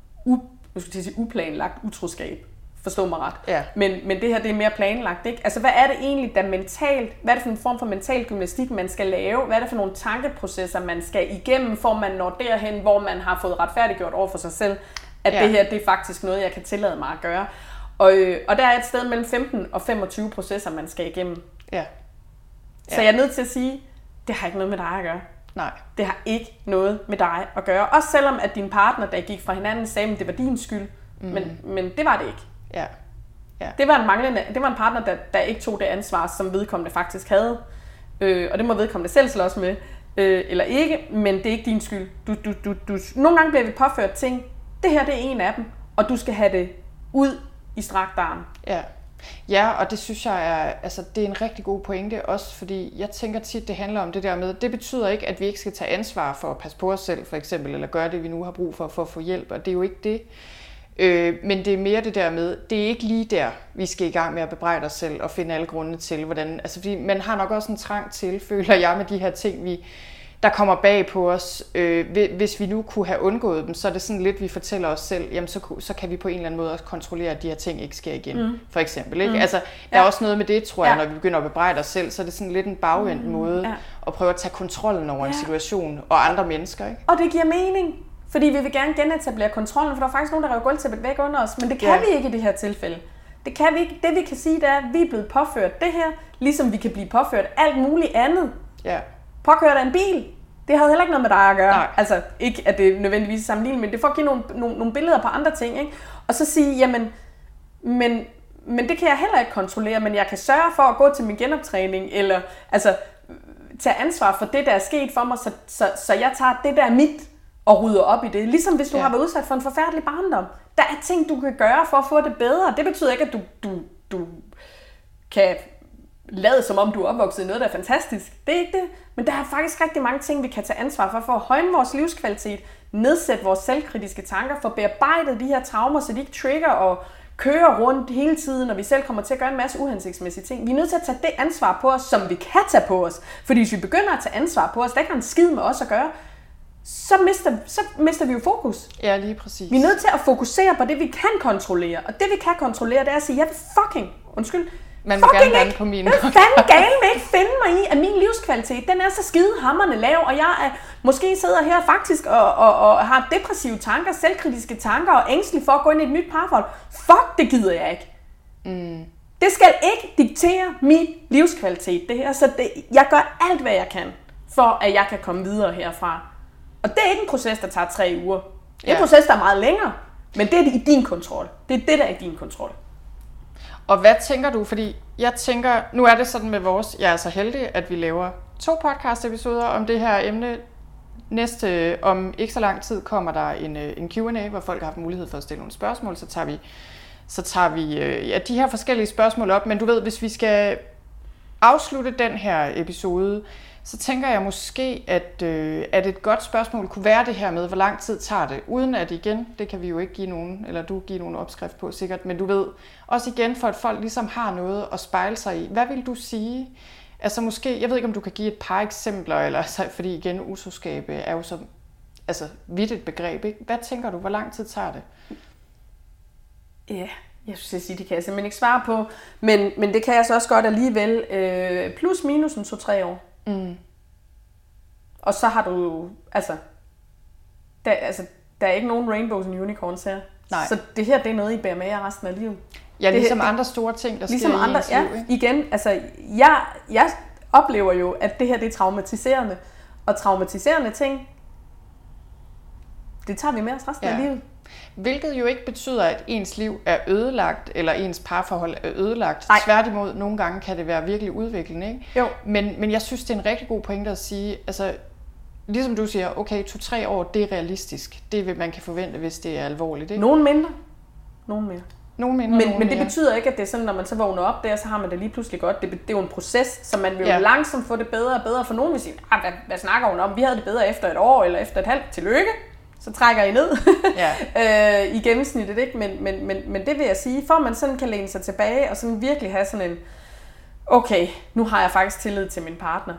uplanlagt utroskab. Forstå mig ret. Ja. Men det her, det er mere planlagt, ikke? Altså, hvad er det egentlig, der mentalt... Hvad er det for en form for mental gymnastik, man skal lave? Hvad er det for nogle tankeprocesser, man skal igennem, for man når derhen, hvor man har fået retfærdiggjort over for sig selv, at det her, det er faktisk noget, jeg kan tillade mig at gøre. Og der er et sted mellem 15 og 25 processer, man skal igennem. Ja. Så jeg er nødt til at sige, det har ikke noget med dig at gøre. Nej. Det har ikke noget med dig at gøre. Også selvom, at din partner, der gik fra hinanden, sagde, at det var din skyld. Men det var det ikke. Ja. Ja. Det var en partner, der ikke tog det ansvar, som vedkommende faktisk havde. Og det må vedkommende selv slås med, eller ikke, men det er ikke din skyld. Nogle gange bliver vi påført ting. Det her, det er en af dem, og du skal have det ud i strakt arm. Ja. Ja, og det synes jeg det er en rigtig god pointe også, fordi jeg tænker tit, det handler om det der med, det betyder ikke, at vi ikke skal tage ansvar for at passe på os selv, for eksempel, eller gøre det, vi nu har brug for at få hjælp, og det er jo ikke det. Men det er mere det der med, det er ikke lige der, vi skal i gang med at bebrejde os selv og finde alle grunde til, hvordan, altså fordi man har nok også en trang til, føler jeg, med de her ting, der kommer bag på os. Hvis vi nu kunne have undgået dem, så er det sådan lidt, vi fortæller os selv, jamen så kan vi på en eller anden måde også kontrollere, at de her ting ikke sker igen, for eksempel. Ikke? Altså, der er også noget med det, tror jeg, når vi begynder at bebrejde os selv, så er det sådan lidt en bagvendt måde at prøve at tage kontrollen over en situation og andre mennesker. Ikke? Og det giver mening. Fordi vi vil gerne genetablere kontrollen, for der er faktisk nogen, der rev gulvtæppet væk under os. Men det kan vi ikke i det her tilfælde. Det kan vi ikke. Det vi kan sige, det er, at vi er blevet påført det her, ligesom vi kan blive påført alt muligt andet. Ja. Påkørt af en bil, det havde heller ikke noget med dig at gøre. Nej. Altså ikke, at det nødvendigvis er sammenlignet, men det får at give nogle billeder på andre ting. Ikke? Og så sige, jamen, men det kan jeg heller ikke kontrollere, men jeg kan sørge for at gå til min genoptræning, eller altså tage ansvar for det, der er sket for mig, så jeg tager det, der er mit, og rydder op i det. Ligesom hvis du Ja. har været udsat for en forfærdelig barndom. Der er ting, du kan gøre for at få det bedre. Det betyder ikke, at du kan lade som om du er opvokset i noget, der er fantastisk. Det er ikke det. Men der er faktisk rigtig mange ting, vi kan tage ansvar for at højne vores livskvalitet, nedsætte vores selvkritiske tanker, for bearbejde de her traumer, så de ikke trigger og kører rundt hele tiden, og vi selv kommer til at gøre en masse uhensigtsmæssige ting. Vi er nødt til at tage det ansvar på os, som vi kan tage på os. Fordi hvis vi begynder at tage ansvar på os, der ikke har en skid med os at gøre, så mister vi jo fokus. Ja, lige præcis. Vi er nødt til at fokusere på det, vi kan kontrollere. Og det, vi kan kontrollere, det er at sige, jeg vil Man må gerne lande på min. Hvad fanden gale vil ikke finde mig i, at min livskvalitet, den er så skidehamrende lav, og jeg er, måske sidder her faktisk og har depressive tanker, selvkritiske tanker, og ængstelig for at gå ind i et nyt parforhold. Fuck, det gider jeg ikke. Det skal ikke diktere min livskvalitet, det her. Så jeg gør alt, hvad jeg kan, for at jeg kan komme videre herfra. Og det er ikke en proces, der tager 3 uger. Det er en proces, der er meget længere, men det er i din kontrol. Det er det, der er i din kontrol. Og hvad tænker du? Fordi jeg tænker, nu er det sådan med vores, jeg er så heldig, at vi laver 2 podcast-episoder om det her emne. Næste, om ikke så lang tid, kommer der en Q&A, hvor folk har haft mulighed for at stille nogle spørgsmål. Så tager vi de her forskellige spørgsmål op. Men du ved, hvis vi skal afslutte den her episode, så tænker jeg måske, at et godt spørgsmål kunne være det her med, hvor lang tid tager det, uden at igen, det kan vi jo ikke give nogen, eller du give nogen opskrift på sikkert, men du ved, også igen for at folk ligesom har noget at spejle sig i. Hvad vil du sige? Altså måske, jeg ved ikke om du kan give et par eksempler, eller altså, fordi igen, utroskab er jo så vidt et begreb, ikke? Hvad tænker du, hvor lang tid tager det? Ja, jeg synes sige, det kan jeg simpelthen ikke svare på, men det kan jeg så også godt alligevel, plus minus 2-3 år. Og så har du der er ikke nogen rainbows and unicorns her. Nej. Så det her, det er noget, I bærer med jer resten af livet. Ja, ligesom andre store ting, der ligesom sker i ens liv, ikke? Igen, jeg oplever jo, at det her, det er traumatiserende. Og traumatiserende ting, det tager vi med os resten af livet. Hvilket jo ikke betyder, at ens liv er ødelagt, eller ens parforhold er ødelagt. Nej. Tværtimod, nogle gange kan det være virkelig udviklende, ikke? Jo. Men jeg synes, det er en rigtig god pointe at sige, altså, ligesom du siger, okay, 2-3 år, det er realistisk. Det er, hvad man kan forvente, hvis det er alvorligt, ikke? Nogen mindre, nogen mere. Men det mere. betyder ikke, at det er sådan, når man så vågner op der, så har man det lige pludselig godt. Det er jo en proces, så man vil jo langsomt få det bedre og bedre. For nogen vil sige, hvad snakker hun om? Vi havde det bedre efter 1 år eller efter 1,5. Tillykke! Så trækker I ned i gennemsnittet, ikke? Men det vil jeg sige, for at man sådan kan læne sig tilbage og sådan virkelig have sådan en, okay, nu har jeg faktisk tillid til min partner.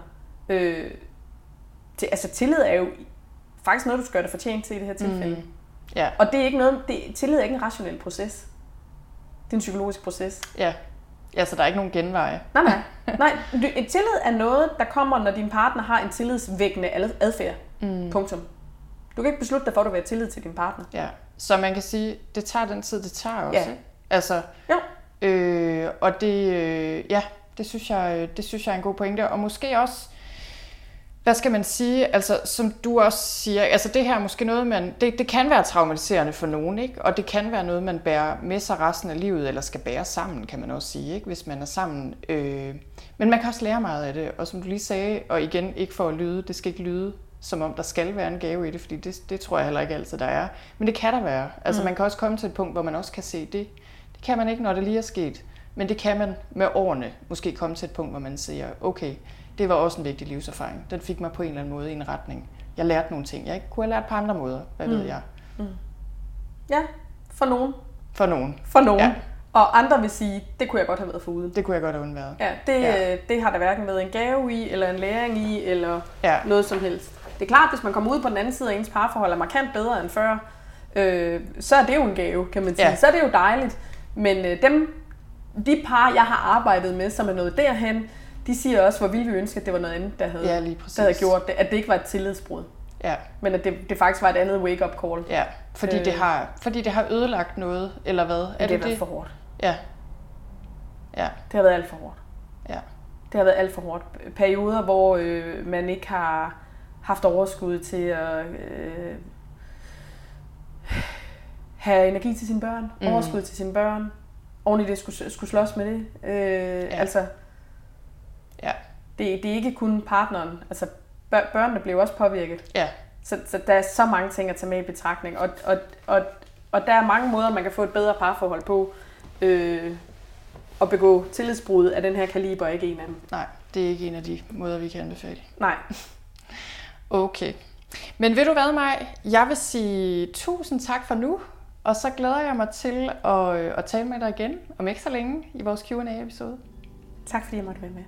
Tillid er jo faktisk noget, du skal gøre dig fortjent til i det her tilfælde. Ja. Og det er ikke noget, tillid er ikke en rationel proces. Det er en psykologisk proces. Ja, så der er ikke nogen genveje. Nej. Tillid er noget, der kommer, når din partner har en tillidsvækkende adfærd. Punktum. Du kan ikke beslutte dig for, at du vil have tillid til din partner. Ja, så man kan sige, det tager den tid, det tager også. Ja. Ikke? Altså, jo. Og det synes jeg er en god pointe. Og måske også, hvad skal man sige, altså som du også siger, altså det her er måske noget, det kan være traumatiserende for nogen, ikke? Og det kan være noget, man bærer med sig resten af livet, eller skal bære sammen, kan man også sige, ikke? Hvis man er sammen. Men man kan også lære meget af det, og som du lige sagde, og igen, ikke for at lyde, det skal ikke lyde, som om der skal være en gave i det, fordi det tror jeg heller ikke altid, der er. Men det kan der være. Altså man kan også komme til et punkt, hvor man også kan se det. Det kan man ikke, når det lige er sket. Men det kan man med årene måske komme til et punkt, hvor man siger, okay, det var også en vigtig livserfaring. Den fik mig på en eller anden måde i en retning. Jeg lærte nogle ting, jeg ikke kunne have lært på andre måder. Hvad ved jeg? Ja, for nogen. For nogen. Ja. Og andre vil sige, det kunne jeg godt have været foruden. Det kunne jeg godt have undværet. Ja, det har der hverken været en gave i, eller en læring i, eller noget som helst. Det er klart, hvis man kommer ud på den anden side af ens parforhold er markant bedre end før, så er det jo en gave, kan man sige. Ja. Så er det jo dejligt. Men de par, jeg har arbejdet med, som er nået derhen, de siger også, hvor ville vi ønske, at det var noget andet, der havde gjort det. At det ikke var et tillidsbrud. Ja. Men at det faktisk var et andet wake-up call. Ja, fordi det har ødelagt noget, eller hvad? Det har været for hårdt. Ja. Det har været alt for hårdt. Ja. Det har været alt for hårdt. Perioder, hvor man ikke har haft overskud til at have energi til sine børn, overskud til sine børn, oven i det skulle slås med det. Altså, det er ikke kun partneren. Altså, børnene blev også påvirket. Ja. Så der er så mange ting at tage med i betragtning, og der er mange måder, man kan få et bedre parforhold på, og begå tillidsbrud af den her kaliber, ikke en af dem. Nej, det er ikke en af de måder, vi kan anbefale. Nej. Okay. Men ved du hvad, Maj? Jeg vil sige tusind tak for nu, og så glæder jeg mig til at tale med dig igen om ikke så længe i vores Q&A-episode. Tak fordi jeg måtte være med.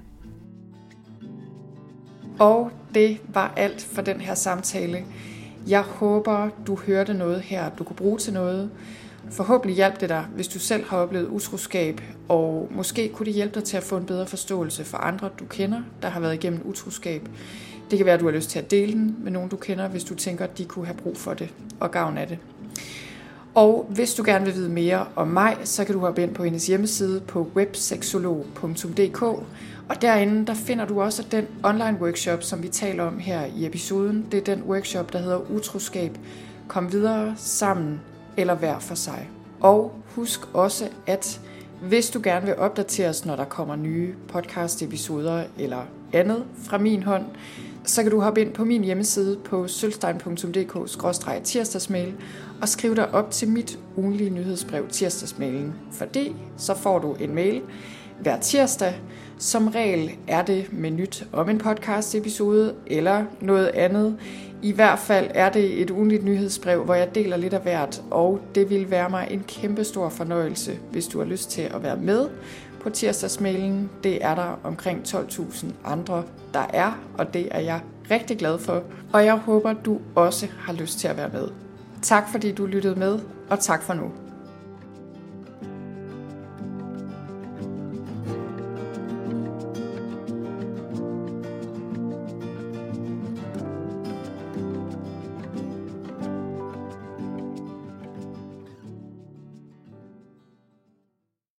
Og det var alt for den her samtale. Jeg håber, du hørte noget her, du kunne bruge til noget. Forhåbentlig hjalp det dig, hvis du selv har oplevet utroskab, og måske kunne det hjælpe dig til at få en bedre forståelse for andre, du kender, der har været igennem utroskab. Det kan være, at du har lyst til at dele den med nogen, du kender, hvis du tænker, at de kunne have brug for det og gavn af det. Og hvis du gerne vil vide mere om mig, så kan du hoppe ind på hendes hjemmeside på websexolog.dk, og derinde der finder du også den online workshop, som vi taler om her i episoden. Det er den workshop, der hedder Utroskab. Kom videre sammen eller hver for sig. Og husk også, at hvis du gerne vil opdateres, når der kommer nye podcast-episoder eller andet fra min hånd, så kan du hoppe ind på min hjemmeside på sølvstein.dk/tirsdagsmail og skrive dig op til mit ugentlige nyhedsbrev Tirsdagsmailen. Fordi så får du en mail hver tirsdag. Som regel er det med nyt om en podcast-episode eller noget andet. I hvert fald er det et ugentligt nyhedsbrev, hvor jeg deler lidt af hvert, og det vil være mig en kæmpe stor fornøjelse, hvis du har lyst til at være med på Tirsdagsmailen. Det er der omkring 12.000 andre, der er, og det er jeg rigtig glad for. Og jeg håber, du også har lyst til at være med. Tak fordi du lyttede med, og tak for nu.